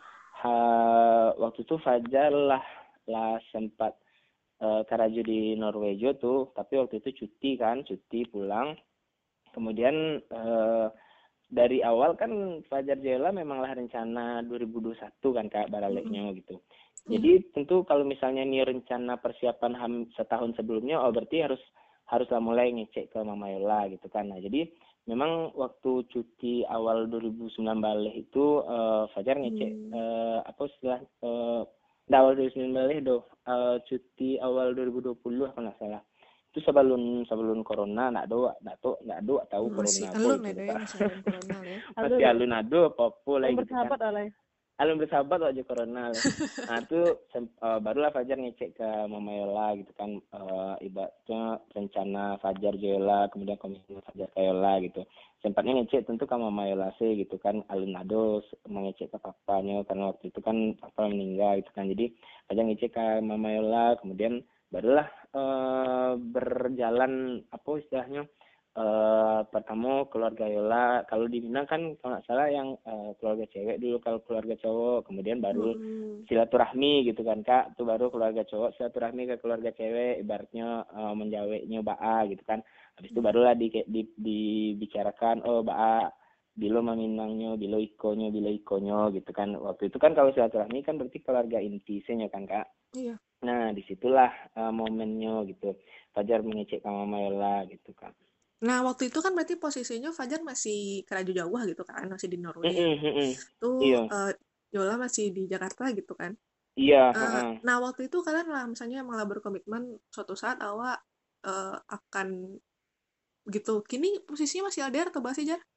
Speaker 3: ha, waktu itu Fajar lah lah sempat Uh, Karaju di Norwegia tuh, tapi waktu itu cuti kan, cuti pulang. Kemudian uh, dari awal kan Fajar Yola memanglah rencana dua ribu dua puluh satu kan kak baraleknya mm-hmm. gitu. Jadi mm-hmm. tentu kalau misalnya ini rencana persiapan ham setahun sebelumnya, oh berarti harus haruslah mulai ngecek ke Mama Yola gitu kan. Nah jadi memang waktu cuti awal dua ribu sembilan balik itu uh, Fajar ngecek mm. uh, apa setelah uh, awal dua ribu sembilan belas itu uh, cuti awal dua ribu dua puluh kalau nggak salah itu sebelum sebelum corona nak do nak do nak do tahu
Speaker 4: masih
Speaker 3: corona
Speaker 4: alun gitu, ya, masih alun corona ya
Speaker 3: masih alun ado popo lagi
Speaker 1: gitu kan oleh.
Speaker 3: alun bersahabat aja corona nah itu uh, barulah Fajar ngecek ke Mama Yola gitu kan uh, ibaratnya rencana Fajar Yola kemudian komitmen Fajar ke Yola gitu sempatnya ngecek tentu ke Mama Yola sih gitu kan alun ado mengecek ke papanya karena waktu itu kan papa meninggal gitu kan jadi Fajar ngecek ke Mama Yola kemudian barulah uh, berjalan apa istilahnya Uh, pertama keluarga Yola kalau di Minang kan kalau nggak salah yang uh, keluarga cewek dulu kalau keluarga cowok kemudian baru mm. silaturahmi gitu kan kak itu baru keluarga cowok silaturahmi ke keluarga cewek ibaratnya uh, menjaweknya baa gitu kan habis itu barulah di, di, dibicarakan oh baa bilo maminangnya bilo ikonyo bilo ikonyo gitu kan waktu itu kan kalau silaturahmi kan berarti keluarga inti senya kan kak
Speaker 4: iya.
Speaker 3: Nah disitulah uh, momennya gitu Fajar mengecek sama Mama Yola gitu kan.
Speaker 4: Nah, waktu itu kan berarti posisinya Fajar masih keraju jauh gitu kan, masih di Norway.
Speaker 3: Mm-hmm.
Speaker 4: Tuh
Speaker 3: iya.
Speaker 4: uh, Yola masih di Jakarta gitu kan.
Speaker 3: Iya.
Speaker 4: Uh,
Speaker 3: uh-uh.
Speaker 4: Nah, waktu itu kalian lah misalnya malah berkomitmen suatu saat awak uh, akan gitu. Kini posisinya masih L D R atau masih Jar?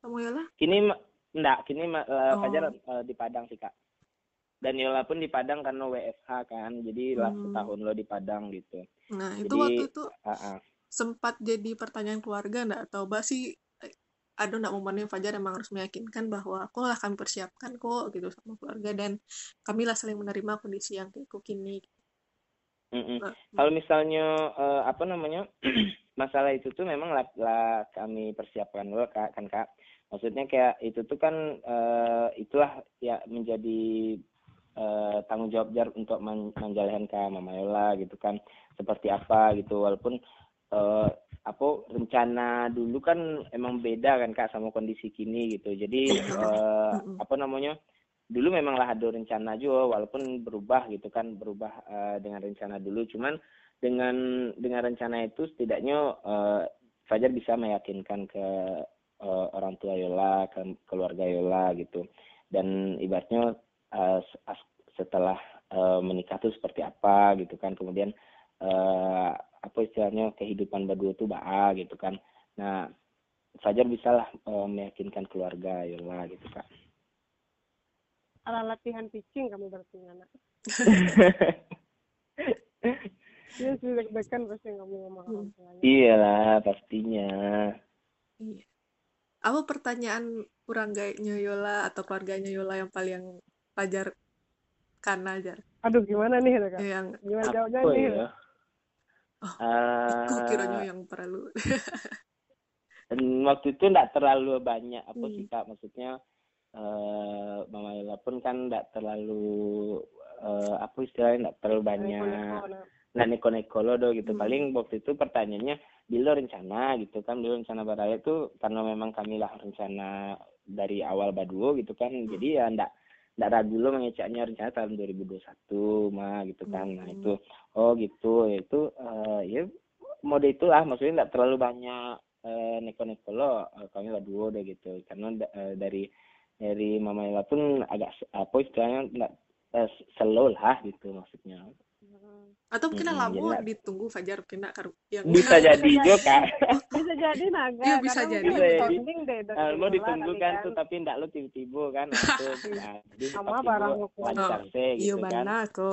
Speaker 4: sama Yola?
Speaker 3: Kini ma- enggak, kini ma- eh,
Speaker 4: Oh.
Speaker 3: Fajar eh, di Padang sih Kak. Dan Yola pun di Padang karena W F H kan, jadi lah
Speaker 4: Hmm.
Speaker 3: setahun lo di Padang gitu.
Speaker 4: Nah, itu
Speaker 3: Jadi,
Speaker 4: waktu itu
Speaker 3: ah, ah.
Speaker 4: sempat jadi pertanyaan keluarga nggak? Atau Mbak sih, eh, ada nggak momennya Fajar emang harus meyakinkan bahwa aku lah kami persiapkan kok gitu sama keluarga dan kamilah saling menerima kondisi yang kayak aku kini.
Speaker 3: Mm-mm.
Speaker 4: Mbak.
Speaker 3: Kalau misalnya eh, apa namanya masalah itu tuh memang lah, lah kami persiapkan dulu Kak, kan Kak. Maksudnya kayak itu tuh kan eh, itulah ya menjadi eh, tanggung jawab Jar untuk men- menjalankan ke Mama Yola gitu kan, seperti apa gitu. Walaupun eh, apa rencana dulu kan emang beda kan Kak sama kondisi kini gitu. Jadi eh,
Speaker 4: Mm-mm.
Speaker 3: apa namanya dulu memanglah ada rencana juga walaupun berubah gitu kan, berubah eh, dengan rencana dulu, cuman dengan dengan rencana itu setidaknya eh, Fajar bisa meyakinkan ke eh, orang tua Yola, ke keluarga Yola gitu. Dan ibaratnya eh, s- as- setelah eh, menikah tuh seperti apa gitu kan, kemudian eh, apa istilahnya kehidupan berdua tuh baa gitu kan. Nah, Fajar bisalah eh, meyakinkan keluarga Yola gitu Kak.
Speaker 1: Ala latihan pitching kamu berarti anak. Iya sih deg-degan pasti kamu ngomong orang tuanya.
Speaker 3: Iyalah pastinya.
Speaker 4: Iya. Apa pertanyaan keluarganya Yola atau keluarganya Yola yang paling Fajar kan aja?
Speaker 1: Aduh gimana nih Kak?
Speaker 4: Yang
Speaker 1: Gimana jawabnya
Speaker 3: Apa
Speaker 1: nih?
Speaker 3: ya?
Speaker 4: oh,
Speaker 3: Eh,
Speaker 4: aku kiranya yang perlu.
Speaker 3: dan waktu itu enggak terlalu banyak apa
Speaker 4: Hmm.
Speaker 3: sih Kak, maksudnya eh Mama Yola pun kan enggak terlalu eh, apa istilahnya enggak terlalu banyak
Speaker 1: Neko-neko, nah.
Speaker 3: nah neko-neko lo do gitu.
Speaker 4: Hmm.
Speaker 3: Paling waktu itu pertanyaannya bilo rencana gitu kan, bilo rencana baraya itu karena memang kami lah rencana dari awal baduo gitu kan.
Speaker 4: Hmm.
Speaker 3: Jadi ya enggak enggak ragu lo mengeceknya rencana tahun dua ribu dua puluh satu mah gitu kan. Nah
Speaker 4: Hmm.
Speaker 3: itu oh gitu ya itu eh, ya mode itulah, maksudnya enggak terlalu banyak eh, neko-neko lo eh, kami baduo deh gitu. Karena da- eh, dari dari Mama Yola pun agak s- apa istilahnya enggak eh, slow lah gitu maksudnya.
Speaker 4: Atau mungkin
Speaker 3: Mm-mm, jadi
Speaker 4: lama
Speaker 3: nggak-
Speaker 4: ditunggu Fajar kena karu yang
Speaker 3: bisa jadi juga Kak.
Speaker 1: Bisa jadi naga.
Speaker 4: Iya, bisa
Speaker 1: karena
Speaker 4: jadi.
Speaker 1: mungkin
Speaker 3: Bisa
Speaker 1: lebih
Speaker 3: jadi.
Speaker 1: penting deh dari
Speaker 3: Eh, mau
Speaker 1: Yola
Speaker 3: ditunggu
Speaker 1: kali
Speaker 3: kan tuh tapi enggak lo tiba-tiba kan. Nah, itu nah, jadi
Speaker 1: Sama
Speaker 3: pas
Speaker 1: barang
Speaker 3: ibu
Speaker 1: hukum.
Speaker 3: lancar
Speaker 4: Oh,
Speaker 3: sih
Speaker 4: iya
Speaker 3: gitu kan.
Speaker 4: mana aku.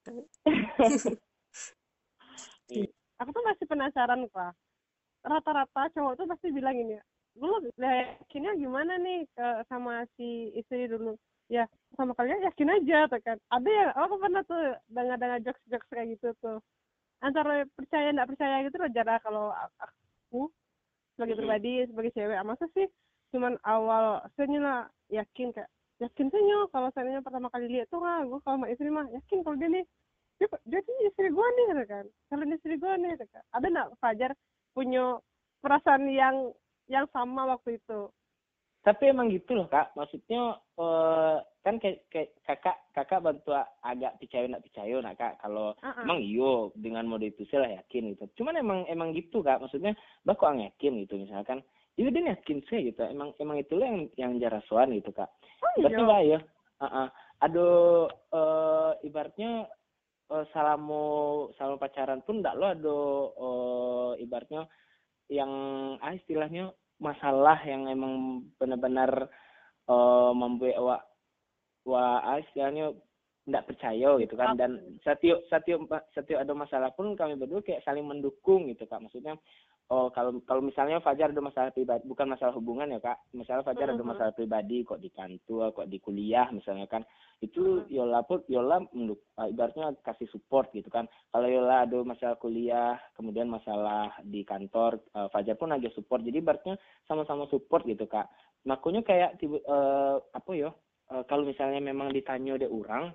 Speaker 1: Aku tuh masih penasaran Pak. Rata-rata cowok tuh pasti bilang ini, lu yakinnya gimana nih ke sama si istri dulu? Ya sama kalian yakin aja tuh kan. Ada yang aku pernah tuh dengar-dengar jokes-jokes kayak gitu tuh. Antara percaya nggak percaya gitu loh jarak kalau aku sebagai
Speaker 3: Mhm.
Speaker 1: pribadi sebagai cewek masa sih cuman awal saya lah yakin kayak yakin sih nyo kalau saya pertama kali lihat tuh ah gue kalau sama istri mah yakin kalau dia nih dia, dia tuh istri gue nih gitu kan kalau ini istri gue nih gitu kan. Ada nggak Fajar punya perasaan yang yang sama waktu itu?
Speaker 3: Tapi emang gitu loh Kak, maksudnya eh, kan kayak, kayak kakak kakak bantu agak percaya nak percaya nak Kak, kalau
Speaker 1: Uh-uh.
Speaker 3: emang iyo dengan mode itu saya lah yakin gitu. Cuman emang emang gitu Kak, maksudnya bah kok yakin gitu misalkan, iya dia yakin saya gitu, emang emang itulah yang yang jarasuan gitu Kak.
Speaker 1: Oh
Speaker 3: Berarti
Speaker 1: iya.
Speaker 3: bah ya, uh-uh. aduh eh, ibaratnya eh, salamu salamu pacaran pun ndak lo ada eh, ibaratnya yang ah istilahnya masalah yang emang benar-benar uh, membuat wa, wa ah, istilahnya tidak percaya gitu kan. Dan setiap setiap setiap ada masalah pun kami berdua kayak saling mendukung gitu Kak. Maksudnya oh kalau kalau misalnya Fajar ada masalah pribadi, bukan masalah hubungan ya Kak, misalnya Fajar ada masalah pribadi kok di kantor kok di kuliah misalnya kan, itu Yola pun Yola menduk, uh, ibaratnya kasih support gitu kan. Kalau Yola ada masalah kuliah kemudian masalah di kantor, uh, Fajar pun agak support, jadi ibaratnya sama-sama support gitu Kak. Makanya kayak tiba, uh, apa ya uh, kalau misalnya memang ditanya deh orang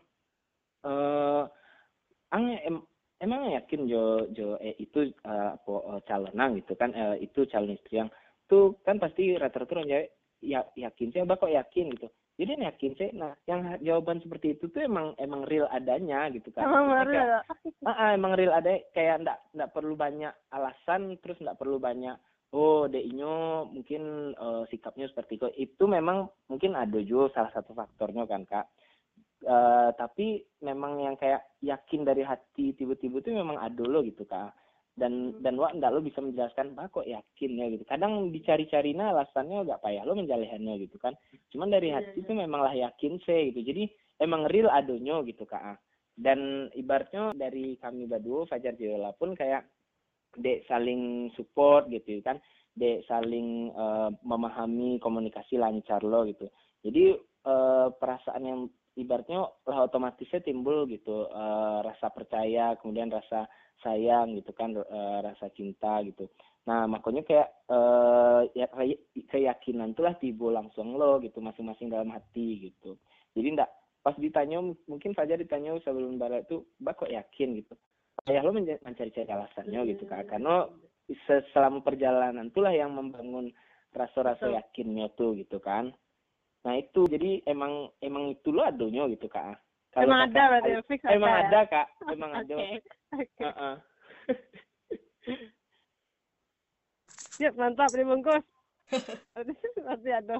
Speaker 3: eh ang em, emang yakin Jo Jo eh, itu uh, apa uh, calonan gitu kan, uh, itu calon istri yang tuh kan pasti rata-rata orang Jawa ya yakin sih, kok yakin gitu. Jadi yakin sih. Nah, yang jawaban seperti itu tuh emang emang real adanya gitu kan.
Speaker 1: Emang
Speaker 3: Maksudnya
Speaker 1: baru
Speaker 3: kayak,
Speaker 1: ya.
Speaker 3: ah, ah, emang real ada, kayak ndak ndak perlu banyak alasan, terus ndak perlu banyak oh D-nya mungkin uh, sikapnya seperti itu. Itu memang mungkin ada juga salah satu faktornya kan Kak. Uh, tapi memang yang kayak yakin dari hati tiba-tiba itu memang ada loh gitu Kak. dan dan wak ndak lo bisa menjelaskan bah kok yakin ya gitu. Kadang dicari-carina alasannya agak payah lo menjalehannya gitu kan. Cuman dari hati itu memanglah yakin sih gitu. Jadi emang real adonyo gitu Kak. Dan ibaratnya dari kami berdua Fajar Viola pun kayak dek saling support gitu kan. Dek saling uh, memahami komunikasi lancar lo gitu. Jadi uh, perasaan yang ibaratnya lah otomatisnya timbul gitu uh, rasa percaya, kemudian rasa sayang gitu kan, uh, rasa cinta gitu. Nah makanya kayak uh, ya, keyakinan itulah timbul langsung lo gitu masing-masing dalam hati gitu. Jadi ndak pas ditanya mungkin Fajar ditanya sebelum bara itu bah kok yakin gitu. Ayah lo mencari-cari alasannya gitu Kak. Karena selama perjalanan itulah yang membangun rasa-rasa yakinnya tuh gitu kan. Nah itu jadi emang emang itu lo adonyo gitu Kak.
Speaker 1: Kalau emang kakak, ada berarti fix ada.
Speaker 3: Emang ada Kak, emang ada.
Speaker 1: Oke. Oke.
Speaker 3: Heeh.
Speaker 1: Siap, mantap dibungkus. Berarti ada.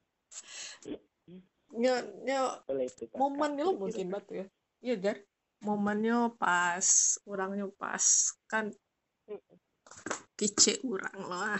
Speaker 4: Nyo, nyo, momennya lo mungkin batu ya. Iya Jar. Momennya pas, orangnya pas kan kece orang loh.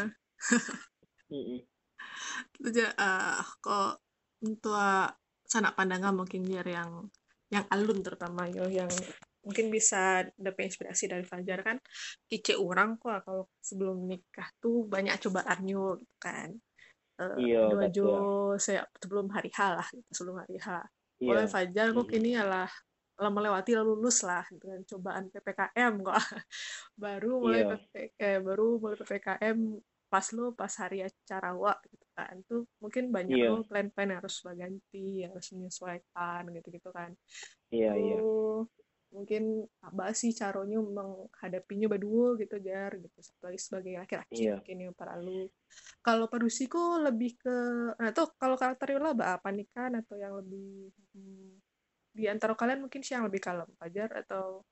Speaker 4: Itu aja uh, kok untuk sanak pandangan mungkin biar yang yang alun terutama yo yang mungkin bisa dapat inspirasi dari Fajar kan kece orang kok kalau sebelum nikah tuh banyak cobaannya gitu kan. Uh,
Speaker 3: iya,
Speaker 4: dua jo saya sebelum hari H lah gitu, sebelum hari H. Oleh
Speaker 3: iya.
Speaker 4: Fajar kok ini adalah melewati lalu lulus lah gitu kan cobaan P P K M kok baru mulai
Speaker 3: iya.
Speaker 4: P P, eh, baru mulai P P K M pas lo pas hari acara wak gitu kan tuh mungkin banyak
Speaker 3: iya.
Speaker 4: lo plan-plan harus berganti harus menyesuaikan gitu-gitu kan
Speaker 3: iya
Speaker 4: tuh,
Speaker 3: iya
Speaker 4: mungkin apa sih caranya menghadapinya berdua gitu Jar gitu apalagi sebagai laki-laki
Speaker 3: iya.
Speaker 4: mungkin yang para lu kalau Padusi kok lebih ke nah tuh kalau karakter Yola apa panikan atau yang lebih hmm, di antara kalian mungkin sih yang lebih kalem Fajar atau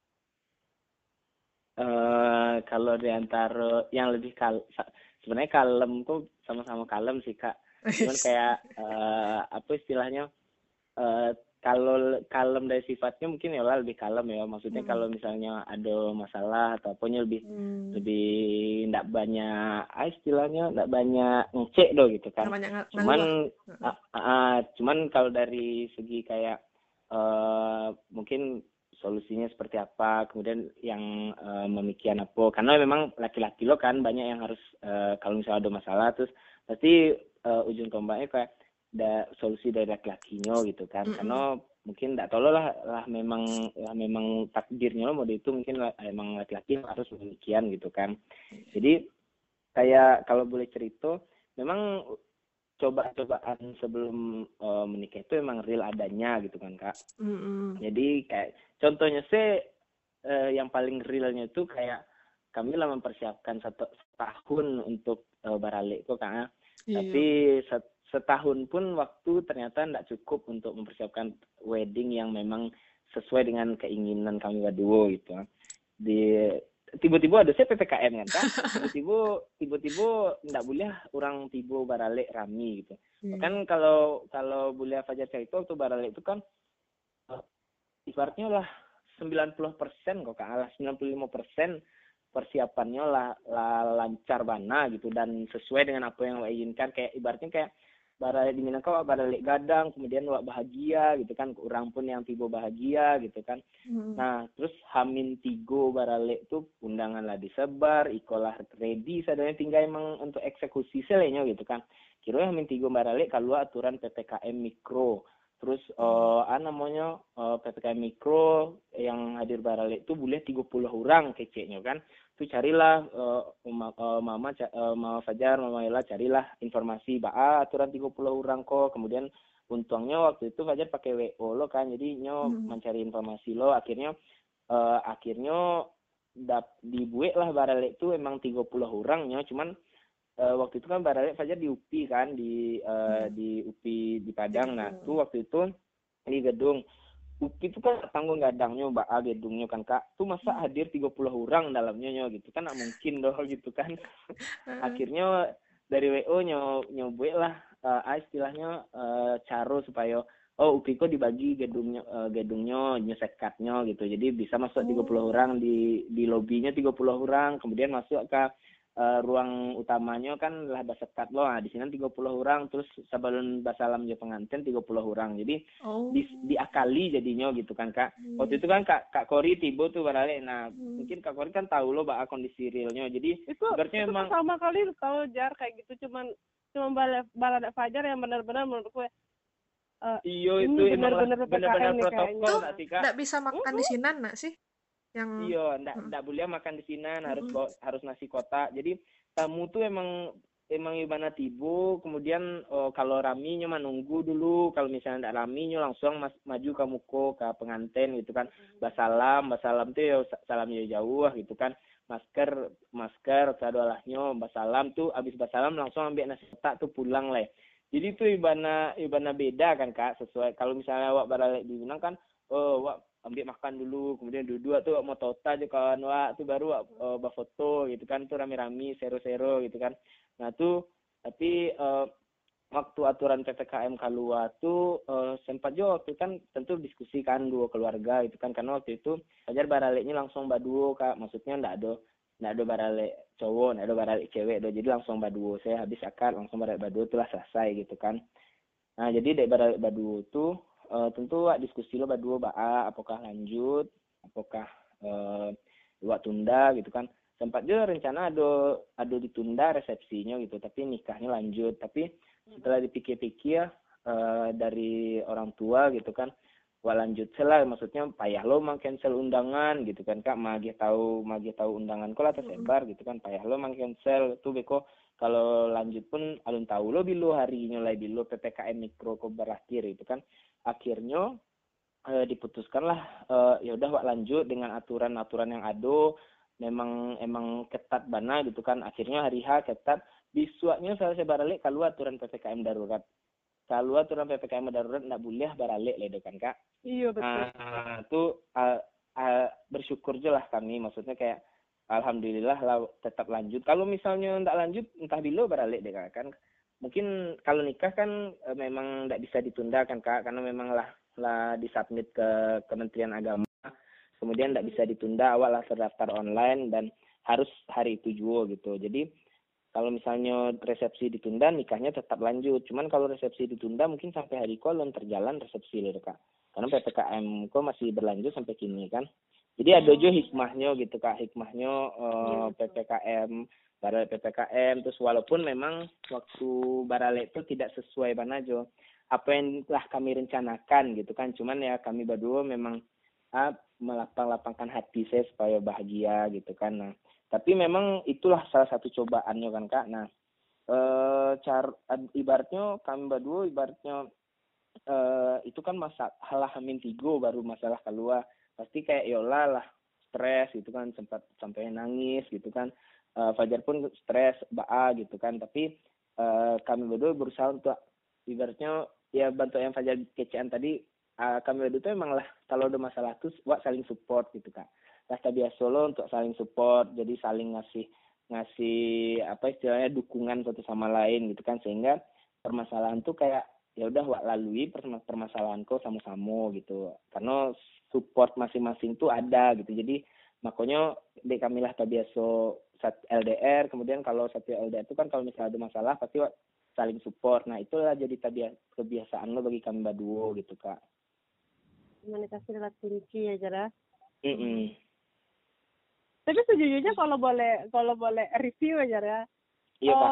Speaker 3: uh, kalau di antara yang lebih kalem sebenarnya kalem tuh sama-sama kalem sih Kak cuman kayak uh, apa istilahnya uh, kalau kalem dari sifatnya mungkin Yola lebih kalem ya maksudnya hmm. kalau misalnya ada masalah atau apanya lebih hmm. lebih ndak banyak ah, istilahnya ndak banyak ngecek do gitu kan ng- cuman uh, uh, cuman kalau dari segi kayak uh, mungkin solusinya seperti apa kemudian yang uh, memikirkan apa karena memang laki-laki lo kan banyak yang harus uh, kalau misalnya ada masalah terus pasti uh, ujung tombaknya kayak ada solusi dari laki-lakinya gitu kan mm-hmm. karena mungkin tidak tahu lah lah memang lah memang takdirnya lo mode itu mungkin lah, emang laki-laki harus demikian gitu kan jadi kayak kalau boleh cerita memang coba-cobaan sebelum uh, menikah itu emang real adanya gitu kan Kak. Mm-hmm. Jadi kayak contohnya sih uh, yang paling realnya itu kayak kami lah mempersiapkan satu tahun untuk uh, baralik kok Kak. Iya. Tapi set, setahun pun waktu ternyata tidak cukup untuk mempersiapkan wedding yang memang sesuai dengan keinginan kami berdua gitu. Di tiba-tiba ada saya P P K M kan Kak, tiba-tiba tiba-tiba ndak boleh orang tiba baralik rami gitu. Hmm. Kan kalau kalau boleh Fajar cerita waktu baralik itu kan uh, ibaratnya lah sembilan puluh persen kok Kak, lah sembilan puluh lima persen persiapannya lah, lah lancar bana gitu dan sesuai dengan apa yang lo inginkan kayak ibaratnya kayak baralik di Minangkabau baralik gadang kemudian wak bahagia gitu kan orang pun yang tiba bahagia gitu kan hmm. Nah terus hamin tigo baralik tuh undangan lah disebar ikolah ready sadanya tinggal emang untuk eksekusi selenya gitu kan kira hamin tigo baralik kalau aturan P P K M mikro terus uh, ah namanya uh, P P K M mikro yang hadir baralik tuh boleh tiga puluh orang keceknya kan tuh carilah uh, uma, uh, mama uh, mama Fajar mama Ella carilah informasi bah aturan tiga puluh orang kok kemudian untungnya waktu itu Fajar pakai W O lo kan jadi nyo hmm. mencari informasi lo akhirnya uh, akhirnya dap dibuat lah baralik itu emang tiga puluh orang nyo cuman uh, waktu itu kan baralik Fajar di U P I kan di uh, hmm. di U P I di Padang nah tuh waktu itu di gedung U P I itu kan tanggung gadangnya mbak A gedungnya kan Kak tuh masa hadir tiga puluh orang dalamnya nyo gitu kan nggak mungkin doh gitu kan akhirnya dari W O nyo nyobuat lah uh, istilahnya uh, caro supaya oh U P I K O dibagi gedungnya uh, gedungnya nyesekatnya gitu. Jadi bisa masuk tiga puluh orang di di lobinya tiga puluh orang, kemudian masuk ke uh, ruang utamanya kan lah basekat loh. Nah, di sini tiga puluh orang, terus sebelum basalam je pengantin tiga puluh orang. Jadi
Speaker 4: Oh.
Speaker 3: di, diakali jadinya gitu kan Kak.
Speaker 4: Hmm.
Speaker 3: Waktu itu kan Kak Kak Kori tiba tuh barale. Nah,
Speaker 4: Hmm.
Speaker 3: mungkin Kak Kori kan tahu loh bak kondisi realnya. Jadi
Speaker 1: Itu
Speaker 3: ibaratnya
Speaker 1: itu
Speaker 3: emang
Speaker 1: pertama kali tahu jar kayak gitu, cuman cuma balada balada Fajar yang benar-benar menurut gue uh,
Speaker 3: iyo
Speaker 1: ini
Speaker 3: itu emang lah
Speaker 1: benar-benar P P K M
Speaker 3: benar-benar
Speaker 1: nih
Speaker 3: protokol
Speaker 1: kayaknya.
Speaker 3: nggak sih Kak?
Speaker 4: Nggak bisa makan di sini nak sih? Yang
Speaker 3: Iya, ndak
Speaker 4: Mm.
Speaker 3: ndak boleh makan di sini, harus
Speaker 4: Mm-mm.
Speaker 3: bawa, harus nasi kotak. Jadi tamu tuh emang emang gimana tibu, kemudian oh, kalau raminya mah nunggu dulu, kalau misalnya ndak raminya langsung mas, maju ke muko ke pengantin gitu kan. Basalam, basalam tuh ya salamnya jauh gitu kan. Masker, masker, sadolahnya, basalam tuh abis basalam langsung ambil nasi kotak tuh pulang lah. Jadi tuh ibana ibana beda kan Kak, sesuai kalau misalnya wak baralek di Minang kan, oh wak ambil makan dulu, kemudian dua-dua tuh mau tota aja kawan wak tuh baru wak uh, bafoto gitu kan, tuh rame-rame sero-sero gitu kan. Nah tuh tapi uh, waktu aturan P P K M keluar tuh uh, sempat juga waktu kan tentu diskusi kan dua keluarga gitu kan, karena waktu itu Fajar baraleknya langsung baduo Kak, maksudnya ndak ada ndak ada baralek cowok, ndak ada baralek cewek do, jadi langsung baduo, saya habis akad langsung baralek baduo tuh lah selesai gitu kan. Nah jadi dari baralek baduo tuh uh, tentu wak diskusi lo baduo baa apakah lanjut apakah uh, wak tunda gitu kan. Sempat juga rencana ada ada ditunda resepsinya gitu, tapi nikahnya lanjut. Tapi setelah dipikir-pikir uh, dari orang tua gitu kan, wah lanjut selah, maksudnya payah lo mang cancel undangan gitu kan Kak, magi tahu magi tahu undangan ko lah tersebar gitu kan, payah lo mang cancel tuh beko kalau lanjut pun alun tahu lo bilo hari nyulai bilo P P K M mikro ko berakhir itu kan. Akhirnya uh, diputuskanlah uh, ya udah wak lanjut dengan aturan-aturan yang ada. Memang emang ketat bana gitu kan, akhirnya hari H ketat bisuaknya saya baralik kalau aturan P P K M darurat, kalau aturan P P K M darurat nggak boleh baralik ledo kan Kak.
Speaker 1: Iya betul.
Speaker 3: Nah tuh uh, uh, bersyukur je lah kami, maksudnya kayak alhamdulillah lah tetap lanjut. Kalau misalnya nggak lanjut entah bilo baralik deh Kak kan. Mungkin kalau nikah kan uh, memang nggak bisa ditunda kan Kak, karena memang lah lah disubmit ke Kementerian Agama. Kemudian tidak bisa ditunda, awal lah terdaftar online dan harus hari itu juga gitu. Jadi kalau misalnya resepsi ditunda, nikahnya tetap lanjut. Cuman kalau resepsi ditunda mungkin sampai hari kolon terjalan resepsi loh Kak. Karena P P K M kok masih berlanjut sampai kini kan. Jadi ada juga hikmahnya gitu Kak, hikmahnya uh, P P K M, baralek P P K M. Terus walaupun memang waktu baralek itu tidak sesuai banajo apa yang telah kami rencanakan gitu kan. Cuman ya kami berdua memang ah, melapang-lapangkan hati saya supaya bahagia gitu kan. Nah, tapi memang itulah salah satu cobaannya kan Kak. Nah, eh cara ibaratnya kami berdua ibaratnya eh itu kan masalah hamin tigo baru masalah keluar. Pasti kayak yola lah stres gitu kan, sempat sampai nangis gitu kan. Eh, Fajar pun stres baa gitu kan. Tapi eh, kami berdua berusaha untuk ibaratnya ya bantu yang Fajar kecean tadi. Uh, kami berdua itu emang lah kalau ada masalah tuh wak saling support gitu Kak. Rasa biasa lo untuk saling support, jadi saling ngasih ngasih apa istilahnya dukungan satu sama lain gitu kan, sehingga permasalahan tuh kayak ya udah wak lalui permasalahanku sama-sama gitu. Karena support masing-masing tuh ada gitu. Jadi makanya dek kami lah biasa L D R, kemudian kalau satu L D R itu kan kalau misalnya ada masalah pasti wak saling support. Nah itulah jadi tabiat kebiasaan lo bagi kami berdua gitu Kak.
Speaker 1: Komunikasi adalah kunci ya Jara.
Speaker 3: Mm-mm.
Speaker 1: Tapi sejujurnya kalau boleh kalau boleh review ya Jara.
Speaker 3: Iya
Speaker 1: uh,
Speaker 3: Kak.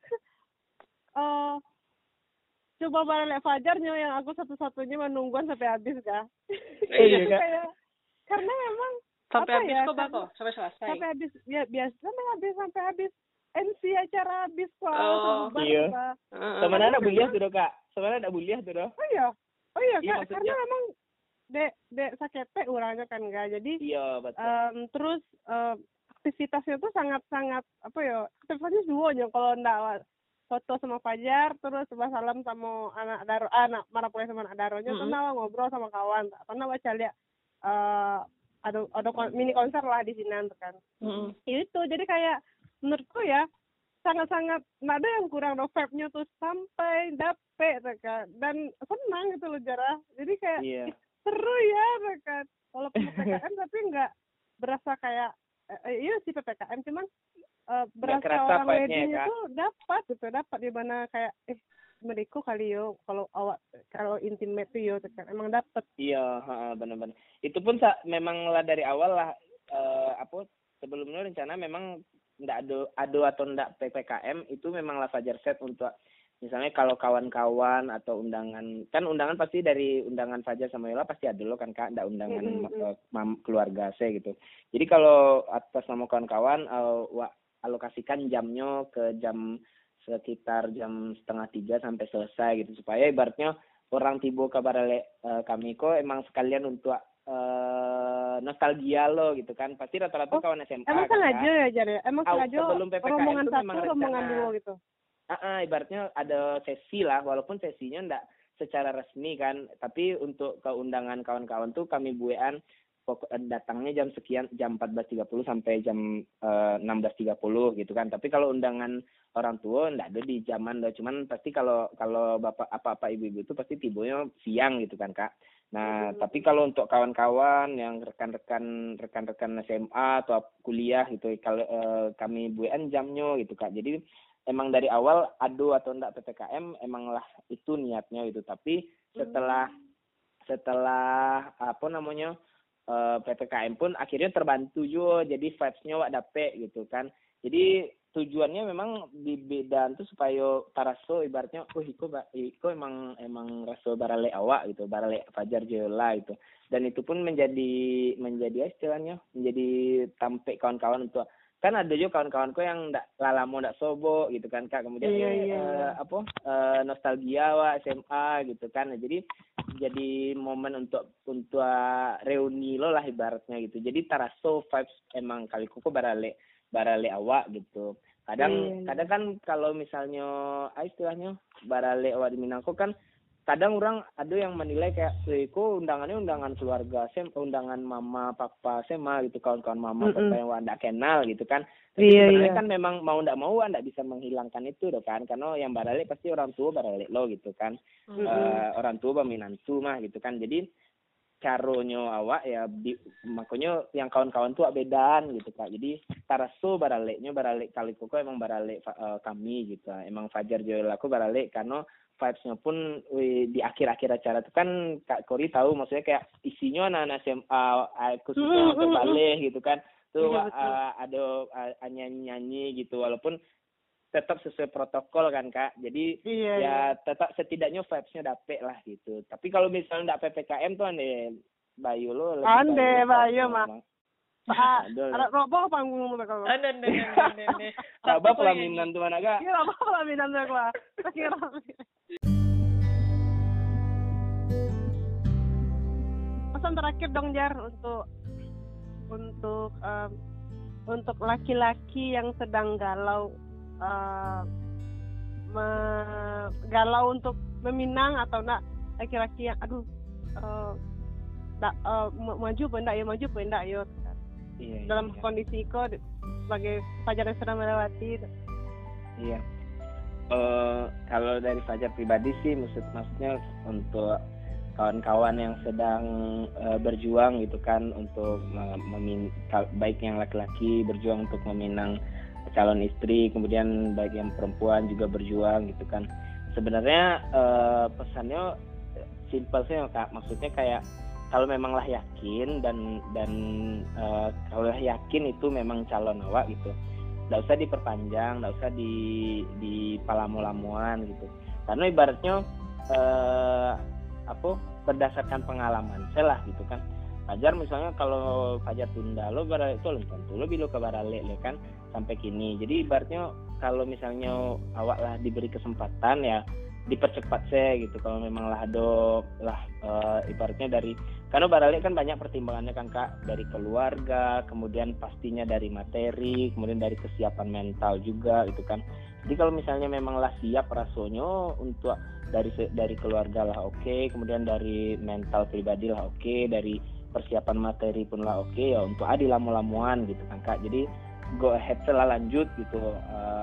Speaker 1: uh, coba baralek Fajarnya yang aku satu-satunya menungguan sampai habis Kak.
Speaker 3: Iya Kak.
Speaker 1: Kayak, karena memang
Speaker 2: sampai
Speaker 1: apa
Speaker 2: habis
Speaker 1: ya,
Speaker 2: kok Bako, sampai selesai.
Speaker 1: Sampai habis ya biasa memang habis sampai habis M C acara habis kok.
Speaker 3: Oh, iya. Uh, Sama anak buliah tuh Kak. Sama anak buliah tuh.
Speaker 1: Oh iya. Oh iya,
Speaker 3: iya
Speaker 1: Kak, karena memang dek dek sakete orangnya kan enggak. Jadi
Speaker 3: iya, betul.
Speaker 1: Um, terus um, aktivitasnya tuh sangat-sangat apa ya? Aktivitasnya dua aja kalau enggak foto sama Fajar, terus salam sama anak daro anak marapulai sama anak daronya, mm-hmm. Terus ngobrol sama kawan. Karena baca lihat uh, ada ada mini konser lah di sini kan. Mm-hmm. Itu jadi kayak menurutku ya sangat-sangat nggak ada yang kurang no vibe-nya tuh sampai dapet kan, dan senang gitu loh Jara, jadi kayak
Speaker 3: Iya.
Speaker 1: seru ya kan, walaupun P P K M tapi nggak berasa kayak eh, iya sih P P K M cuman eh, berasa
Speaker 3: kerasa
Speaker 1: orang
Speaker 3: vibe-nya ya,
Speaker 1: wedding
Speaker 3: Kak.
Speaker 1: itu dapat gitu, dapat di mana kayak eh mereka kali yo kalau awak kalau intimate tuh yo kan emang dapat.
Speaker 3: Iya, heeh, benar-benar. Itu pun sa- memang lah dari awal lah eh, apa sebelumnya rencana memang ndak ado ado atau ndak P P K M itu memang lah Fajar set untuk misalnya kalau kawan-kawan atau undangan, kan undangan pasti dari undangan Fajar sama Yola pasti ada lo kan Kak, ndak undangan
Speaker 1: Mm-mm.
Speaker 3: uh, mam, keluarga saya gitu. Jadi kalau atas nama kawan-kawan uh, wa, alokasikan jamnya ke jam sekitar jam setengah tiga sampai selesai gitu, supaya ibaratnya orang tiba ke barale uh, kami kok emang sekalian untuk uh, nostalgia lo gitu kan, pasti rata-rata
Speaker 1: Oh,
Speaker 3: kawan S M A
Speaker 1: emang
Speaker 3: kan,
Speaker 1: sengaja
Speaker 3: Kak.
Speaker 1: ya Jar ya? Emang
Speaker 3: Au,
Speaker 1: sengaja
Speaker 3: sebelum P P K M
Speaker 1: rombongan
Speaker 3: tuh
Speaker 1: satu,
Speaker 3: memang
Speaker 1: rombongan
Speaker 3: rencana.
Speaker 1: dua gitu?
Speaker 3: Ah, uh, ibaratnya ada sesi lah, walaupun sesinya enggak secara resmi kan, tapi untuk keundangan kawan-kawan tuh kami buean pokok datangnya jam sekian, jam empat belas tiga puluh sampai jam uh, enam belas tiga puluh gitu kan. Tapi kalau undangan orang tua enggak ada di jaman loh, cuman pasti kalau kalau bapak apa-apa ibu-ibu itu pasti tibonya siang gitu kan Kak. Nah, hmm. tapi kalau untuk kawan-kawan yang rekan-rekan rekan-rekan S M A atau kuliah gitu, kalau uh, kami buean jamnya gitu Kak. Jadi emang dari awal ado atau enggak P P K M emanglah itu niatnya gitu, tapi setelah hmm. setelah apa namanya uh, P P K M pun akhirnya terbantu juga, jadi vibes-nya wak dapet gitu kan. Jadi tujuannya memang di bedaan tuh supaya taraso ibaratnya oh iko iko emang emang raso barale awak gitu, barale Fajar Jola gitu. Dan itu pun menjadi menjadi istilahnya menjadi tampek kawan-kawan untuk, kan ada juga kawan-kawanku yang ndak lalamo ndak sobo gitu kan Kak, kemudian
Speaker 1: iya,
Speaker 3: eh,
Speaker 1: iya.
Speaker 3: Uh, apa uh, nostalgia wa S M A gitu kan. Nah, jadi jadi momen untuk untuk reuni lo lah ibaratnya gitu. Jadi taraso vibes emang kali kuku barale barale awak gitu. Kadang yeah. kadang kan kalau misalnya ah, istilahnya barale awak di Minangko kan kadang orang ada yang menilai kayak kok undangannya undangan keluarga sem undangan mama papa sema gitu, kawan-kawan mama mm-hmm. papa yang ndak kenal gitu kan. Tapi yeah, sebenarnya yeah. kan memang mau ndak mau ndak bisa menghilangkan itu doh kan, karena yang barale pasti orang tua barale lo gitu kan. Mm-hmm. Uh, orang tua baminantu mah gitu kan. Jadi caronyo awak ya di, makanya yang kawan-kawan tuh bedaan gitu Kak. Jadi taraso baraleknya baralek kali koko emang baralek uh, kami gitu. Emang Fajar Jola aku baralek karena vibes-nya pun wih, di akhir-akhir acara tuh kan Kak Kori tahu maksudnya kayak isinya anak-anak S M A khususnya mm-hmm. terbalik gitu kan. Tuh yeah, uh, ada uh, nyanyi-nyanyi gitu, walaupun tetap sesuai protokol kan Kak. Jadi iya, ya iya. tetap setidaknya vibes-nya dapet lah gitu. Tapi kalau misalnya ndak P P K M tuh ane Bayu lo lebih
Speaker 1: ande Bayu mah. Ah, ada roboh panggung lo kalau.
Speaker 2: Ande ande ande ande.
Speaker 3: Apa pelaminan tuh mana Kak?
Speaker 1: Iya, apa pelaminan tuh Kak. Kira. Pesan terakhir dong Jar untuk untuk um, untuk laki-laki yang sedang galau Uh, me- galau untuk meminang atau enggak, laki-laki yang aduh uh, da, uh, maju apa enggak ya maju apa enggak ya
Speaker 3: iya,
Speaker 1: dalam
Speaker 3: iya.
Speaker 1: kondisi kok sebagai Fajar yang sedang melewati.
Speaker 3: Iya. Uh, kalau dari Fajar pribadi sih maksud maksudnya untuk kawan-kawan yang sedang uh, berjuang gitu kan untuk uh, memin baik yang laki-laki berjuang untuk meminang calon istri, kemudian baik yang perempuan juga berjuang gitu kan. Sebenarnya uh, pesannya simpel sih Kak, maksudnya kayak kalau memanglah yakin dan dan uh, kalau yakin itu memang calon awak gitu, nggak usah diperpanjang, nggak usah di di palamu-lamuan gitu. Karena ibaratnya uh, apa berdasarkan pengalaman saya lah gitu kan. Fajar misalnya kalau Fajar tunda lo barale itu belum tentu lo bilo ke barale le kan sampai kini. Jadi ibaratnya kalau misalnya awak lah diberi kesempatan ya dipercepat saya gitu. Kalau memang lah ada lah uh, ibaratnya dari karena barale kan banyak pertimbangannya kan Kak, dari keluarga, kemudian pastinya dari materi, kemudian dari kesiapan mental juga gitu kan. Jadi kalau misalnya memang lah siap rasanya untuk dari dari keluarga lah oke, okay, kemudian dari mental pribadi lah oke, okay, dari persiapan materi pun lah oke okay, ya untuk adi lamu-lamuan gitu kan Kak. Jadi go ahead setelah lanjut gitu. Uh,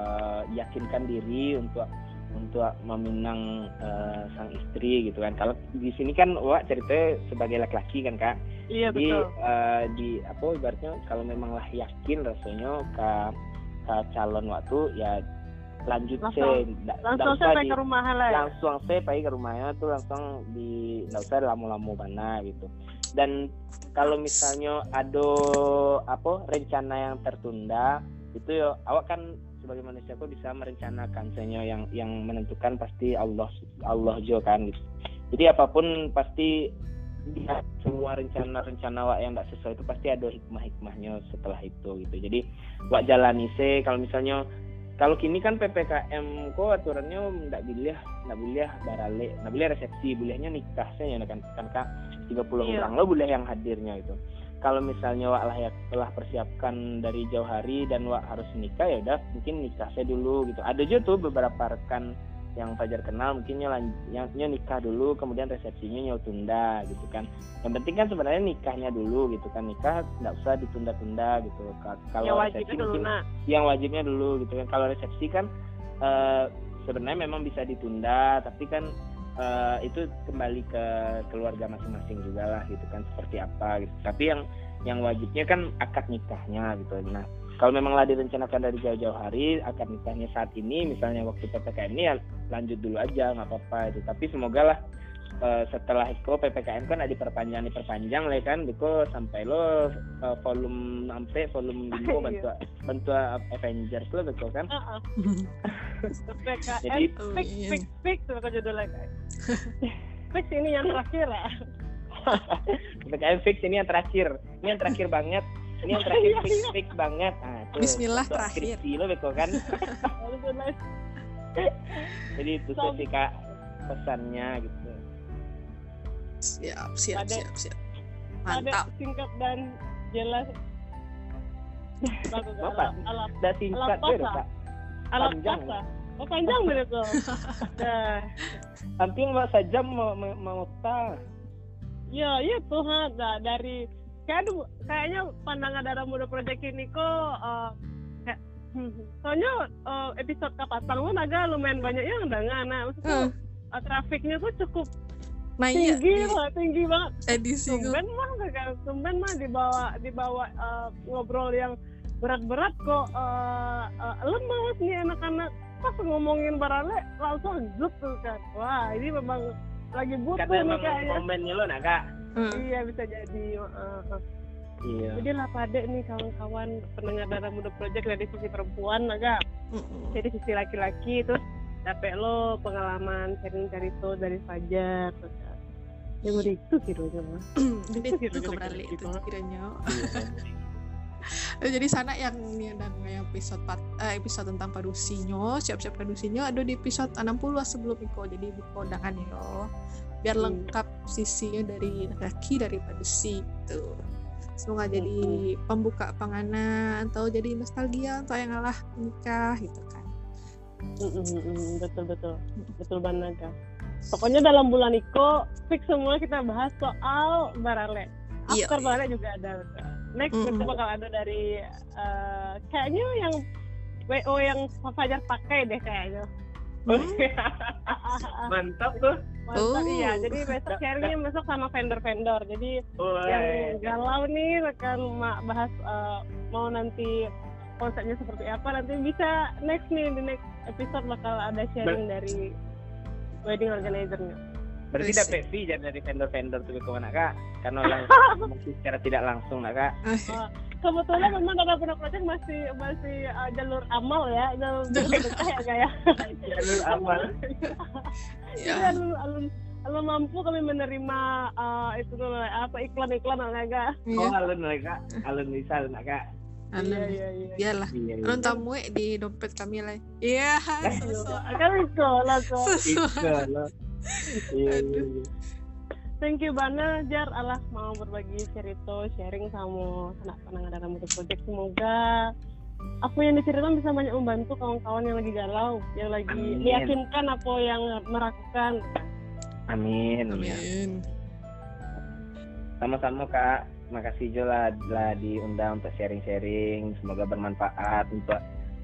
Speaker 3: meyakinkan diri untuk untuk meminang uh, sang istri gitu kan. Kalau di sini kan Wak ceritanya sebagai laki-laki kan Kak.
Speaker 1: Iya,
Speaker 3: Jadi
Speaker 1: betul.
Speaker 3: uh, di apa ibaratnya kalau memanglah yakin rasanya ke ke calon waktu ya lanjut
Speaker 1: Langsung-
Speaker 3: se nggak-
Speaker 1: Langsung
Speaker 3: nggak usah
Speaker 1: sampai
Speaker 3: di-
Speaker 1: ke rumah lah ya.
Speaker 3: langsung saya pergi ke rumahnya tuh langsung di nggak usah lama-lama mana gitu. Dan kalau misalnya ada apa rencana yang tertunda itu ya awak kan sebagai manusia kok bisa merencanakan sebenarnya yang yang menentukan pasti Allah Allah juga kan gitu. Jadi apapun pasti dia semua rencana-rencana wak yang tidak sesuai itu pasti ada hikmah-hikmahnya setelah itu gitu. Jadi wak jalani se kalau misalnya kalau kini kan P P K M kok aturannya ndak boleh ndak boleh barale ndak boleh resepsi, bolehnya nikah saja kan kan Kak tiga puluh
Speaker 1: Iya.
Speaker 3: orang lo boleh yang hadirnya itu. Kalau misalnya wak lah ya telah persiapkan dari jauh hari dan wak harus nikah ya udah mungkin nikah saya dulu gitu. Ada juga tuh beberapa rekan yang Fajar kenal mungkinnya yang nikah dulu kemudian resepsinya nyawa tunda gitu kan. Yang penting kan sebenarnya nikahnya dulu gitu kan, nikah nggak usah ditunda-tunda gitu. Ka- Kalau
Speaker 1: Yang
Speaker 3: resepsi
Speaker 1: wajibnya dulu
Speaker 3: mungkin
Speaker 1: nak.
Speaker 3: yang wajibnya dulu gitu kan. Kalau resepsi kan eh, sebenarnya memang bisa ditunda tapi kan eh, itu kembali ke keluarga masing-masing juga lah gitu kan seperti apa gitu. Tapi yang yang wajibnya kan akad nikahnya gitu. Nah kalau memanglah direncanakan dari jauh-jauh hari akad nikahnya saat ini misalnya waktu P P K M ini ya lanjut dulu aja nggak apa-apa itu. Tapi semoga lah uh, setelah itu P P K M kan ada diperpanjang diperpanjang lah kan Biko sampai lo uh, volume sampai volume Biko bantu bantu Avengers lo Biko kan.
Speaker 1: Heeh. P P K M
Speaker 3: Jadi
Speaker 1: fix fix fix itu kan judulnya guys. Fix ini yang terakhir ya.
Speaker 3: P P K M fix ini yang terakhir ini yang terakhir banget ini yang terakhir fix fix banget. Nah, tuh,
Speaker 4: Bismillah
Speaker 3: untuk
Speaker 4: terakhir.
Speaker 3: skripsi lo Biko kan.
Speaker 1: Lalu tulis
Speaker 3: Jadi itu
Speaker 1: Som-
Speaker 3: sih Kak pesannya gitu.
Speaker 4: Siap, siap,
Speaker 1: Ada-
Speaker 4: siap, siap.
Speaker 1: ada
Speaker 4: Mantap.
Speaker 1: singkat dan jelas. Bagus,
Speaker 3: Bapak,
Speaker 1: ala- ala-
Speaker 3: udah singkat
Speaker 1: Alat
Speaker 3: tuh
Speaker 1: apa?
Speaker 3: Kak.
Speaker 1: alat
Speaker 3: Panjang.
Speaker 1: kata. Oh panjang bener tuh. Nah,
Speaker 3: Nanti mbak sajam mau mau mau ta.
Speaker 1: ya iya Tuhan. Nah, dari kayak aduh, kayaknya pandangan darah muda project ini kok eh, kayak hmm, soalnya eh, episode Kapatang lu naga lumayan banyak yang dengar. Nah, maksudnya
Speaker 4: Hmm.
Speaker 1: eh, trafiknya tuh cukup
Speaker 4: Nah iya,
Speaker 1: tinggi
Speaker 4: di
Speaker 1: lah, tinggi banget.
Speaker 4: edisi gue.
Speaker 1: Tumben mah kan, tumben mah dibawa dibawa eh, ngobrol yang berat-berat kok eh, eh, lemas nih anak-anak pas ngomongin barale langsung zup tuh kan. Wah ini memang lagi butuh
Speaker 3: Kata
Speaker 1: nih
Speaker 3: emang
Speaker 1: kayaknya.
Speaker 3: momennya lo nak Kak.
Speaker 4: Hmm.
Speaker 1: Iya bisa jadi. eh, eh.
Speaker 3: Iya.
Speaker 1: Jadi lah pade nih kawan-kawan pendengar Darah Muda Project dari sisi perempuan agak
Speaker 4: Mm-mm.
Speaker 1: jadi sisi laki-laki terus dapet lo pengalaman sharing cerita dari Fajar terus kan. Ya mau itu kiranya mah.
Speaker 4: Jadi itu kembali itu kiranya. Eh, Jadi sana yang ini dan yang episode part, eh, episode tentang padusinyo, siap-siap padusinyo ada di episode enam puluh sebelum Iko. Jadi Iko undangan yo. Biar
Speaker 1: Hmm.
Speaker 4: lengkap sisinya dari laki dari padusi itu. Semoga jadi pembuka panganan atau jadi nostalgia atau yang ngalah nikah gitu kan.
Speaker 1: Betul betul betul banget kan. Pokoknya dalam bulan Iko fix semua kita bahas soal barale.
Speaker 4: Iya,
Speaker 1: After
Speaker 4: iya.
Speaker 1: barale juga ada. Next
Speaker 4: Mm-mm.
Speaker 1: itu bakal ada dari eh, kayaknya yang W O yang Fajar pakai deh kayaknya.
Speaker 3: Mantap tuh.
Speaker 1: Mantap,
Speaker 4: Oh.
Speaker 1: iya. Jadi besok sharingnya besok sama vendor-vendor. Jadi yang
Speaker 3: Woi.
Speaker 1: galau nih rekan mak bahas eh, mau nanti konsepnya seperti apa nanti bisa next nih di next episode bakal ada sharing dari wedding organizer-nya.
Speaker 3: Berarti
Speaker 4: Wih,
Speaker 3: dapet fee jangan dari vendor-vendor tuh ke mana Kak? Karena lang mungkin secara tidak langsung nak Kak.
Speaker 1: Kebetulan memang Darah Muda Project masih masih uh, jalur amal ya, jalur jalur berkah ya kayak.
Speaker 3: Jalur amal.
Speaker 1: Jadi
Speaker 4: Ya.
Speaker 1: alun alun alun mampu kami menerima uh, itu tuh apa iklan-iklan agak.
Speaker 3: Oh
Speaker 4: Iya.
Speaker 3: alun lah Kak. Alun bisa nak Kak.
Speaker 4: Alun.
Speaker 1: Iya iya iya.
Speaker 4: Iyalah.
Speaker 3: Iya. iya.
Speaker 4: Alun tamu di dompet kami lah. Iya, sesuai.
Speaker 1: Kan itu lah tuh.
Speaker 4: Sesuai.
Speaker 3: Iya. Iya. iya.
Speaker 1: Thank you banget Jar Allah mau berbagi cerita sharing sama anak pendengar Darah Muda Project. Semoga apa yang diceritakan bisa banyak membantu kawan-kawan yang lagi galau, yang lagi
Speaker 3: Amin.
Speaker 1: meyakinkan apa yang meragukan.
Speaker 3: Amin. Ya.
Speaker 4: Amin.
Speaker 3: Sama-sama Kak. Makasih Jo lah, lah diundang untuk sharing-sharing. Semoga bermanfaat untuk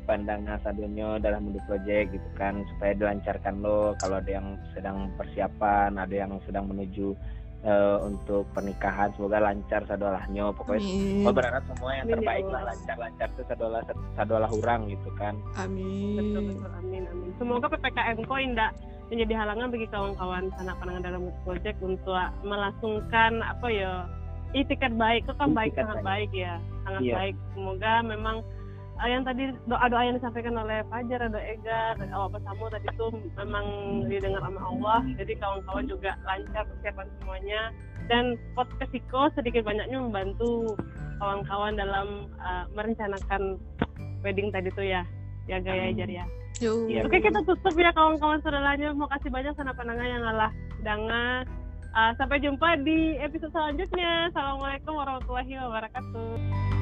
Speaker 3: pandangnya Sadonyo dalam Mundo Project gitu kan, supaya dilancarkan lo kalau ada yang sedang persiapan, ada yang sedang menuju uh, untuk pernikahan, semoga lancar sadolahnya. Pokoknya gue berharap semua yang terbaik lah, lancar-lancar tuh sadolah sadolah hurang gitu kan.
Speaker 4: Amin.
Speaker 1: Betul betul, amin amin. Semoga P P K M ko indah menjadi halangan bagi kawan-kawan sanak pandangan dalam Mundo Project untuk melangsungkan apa ya itikat baik. Itu kan baik, sangat baik, baik ya, sangat iya. baik. Semoga memang uh, yang tadi doa-doa yang disampaikan oleh Fajar, ada Ega, dan awak pesamu tadi itu memang didengar sama Allah. Jadi kawan-kawan juga lancar persiapan semuanya. Dan podcast Iko sedikit banyaknya membantu kawan-kawan dalam uh, merencanakan wedding tadi tuh ya, ya Gaya Jar ya.
Speaker 4: Ya.
Speaker 1: Oke, kita tutup ya kawan-kawan saudaranya. Mau kasih banyak sana pandangan yang ngalah dangan. Uh, sampai jumpa di episode selanjutnya. Assalamualaikum warahmatullahi wabarakatuh.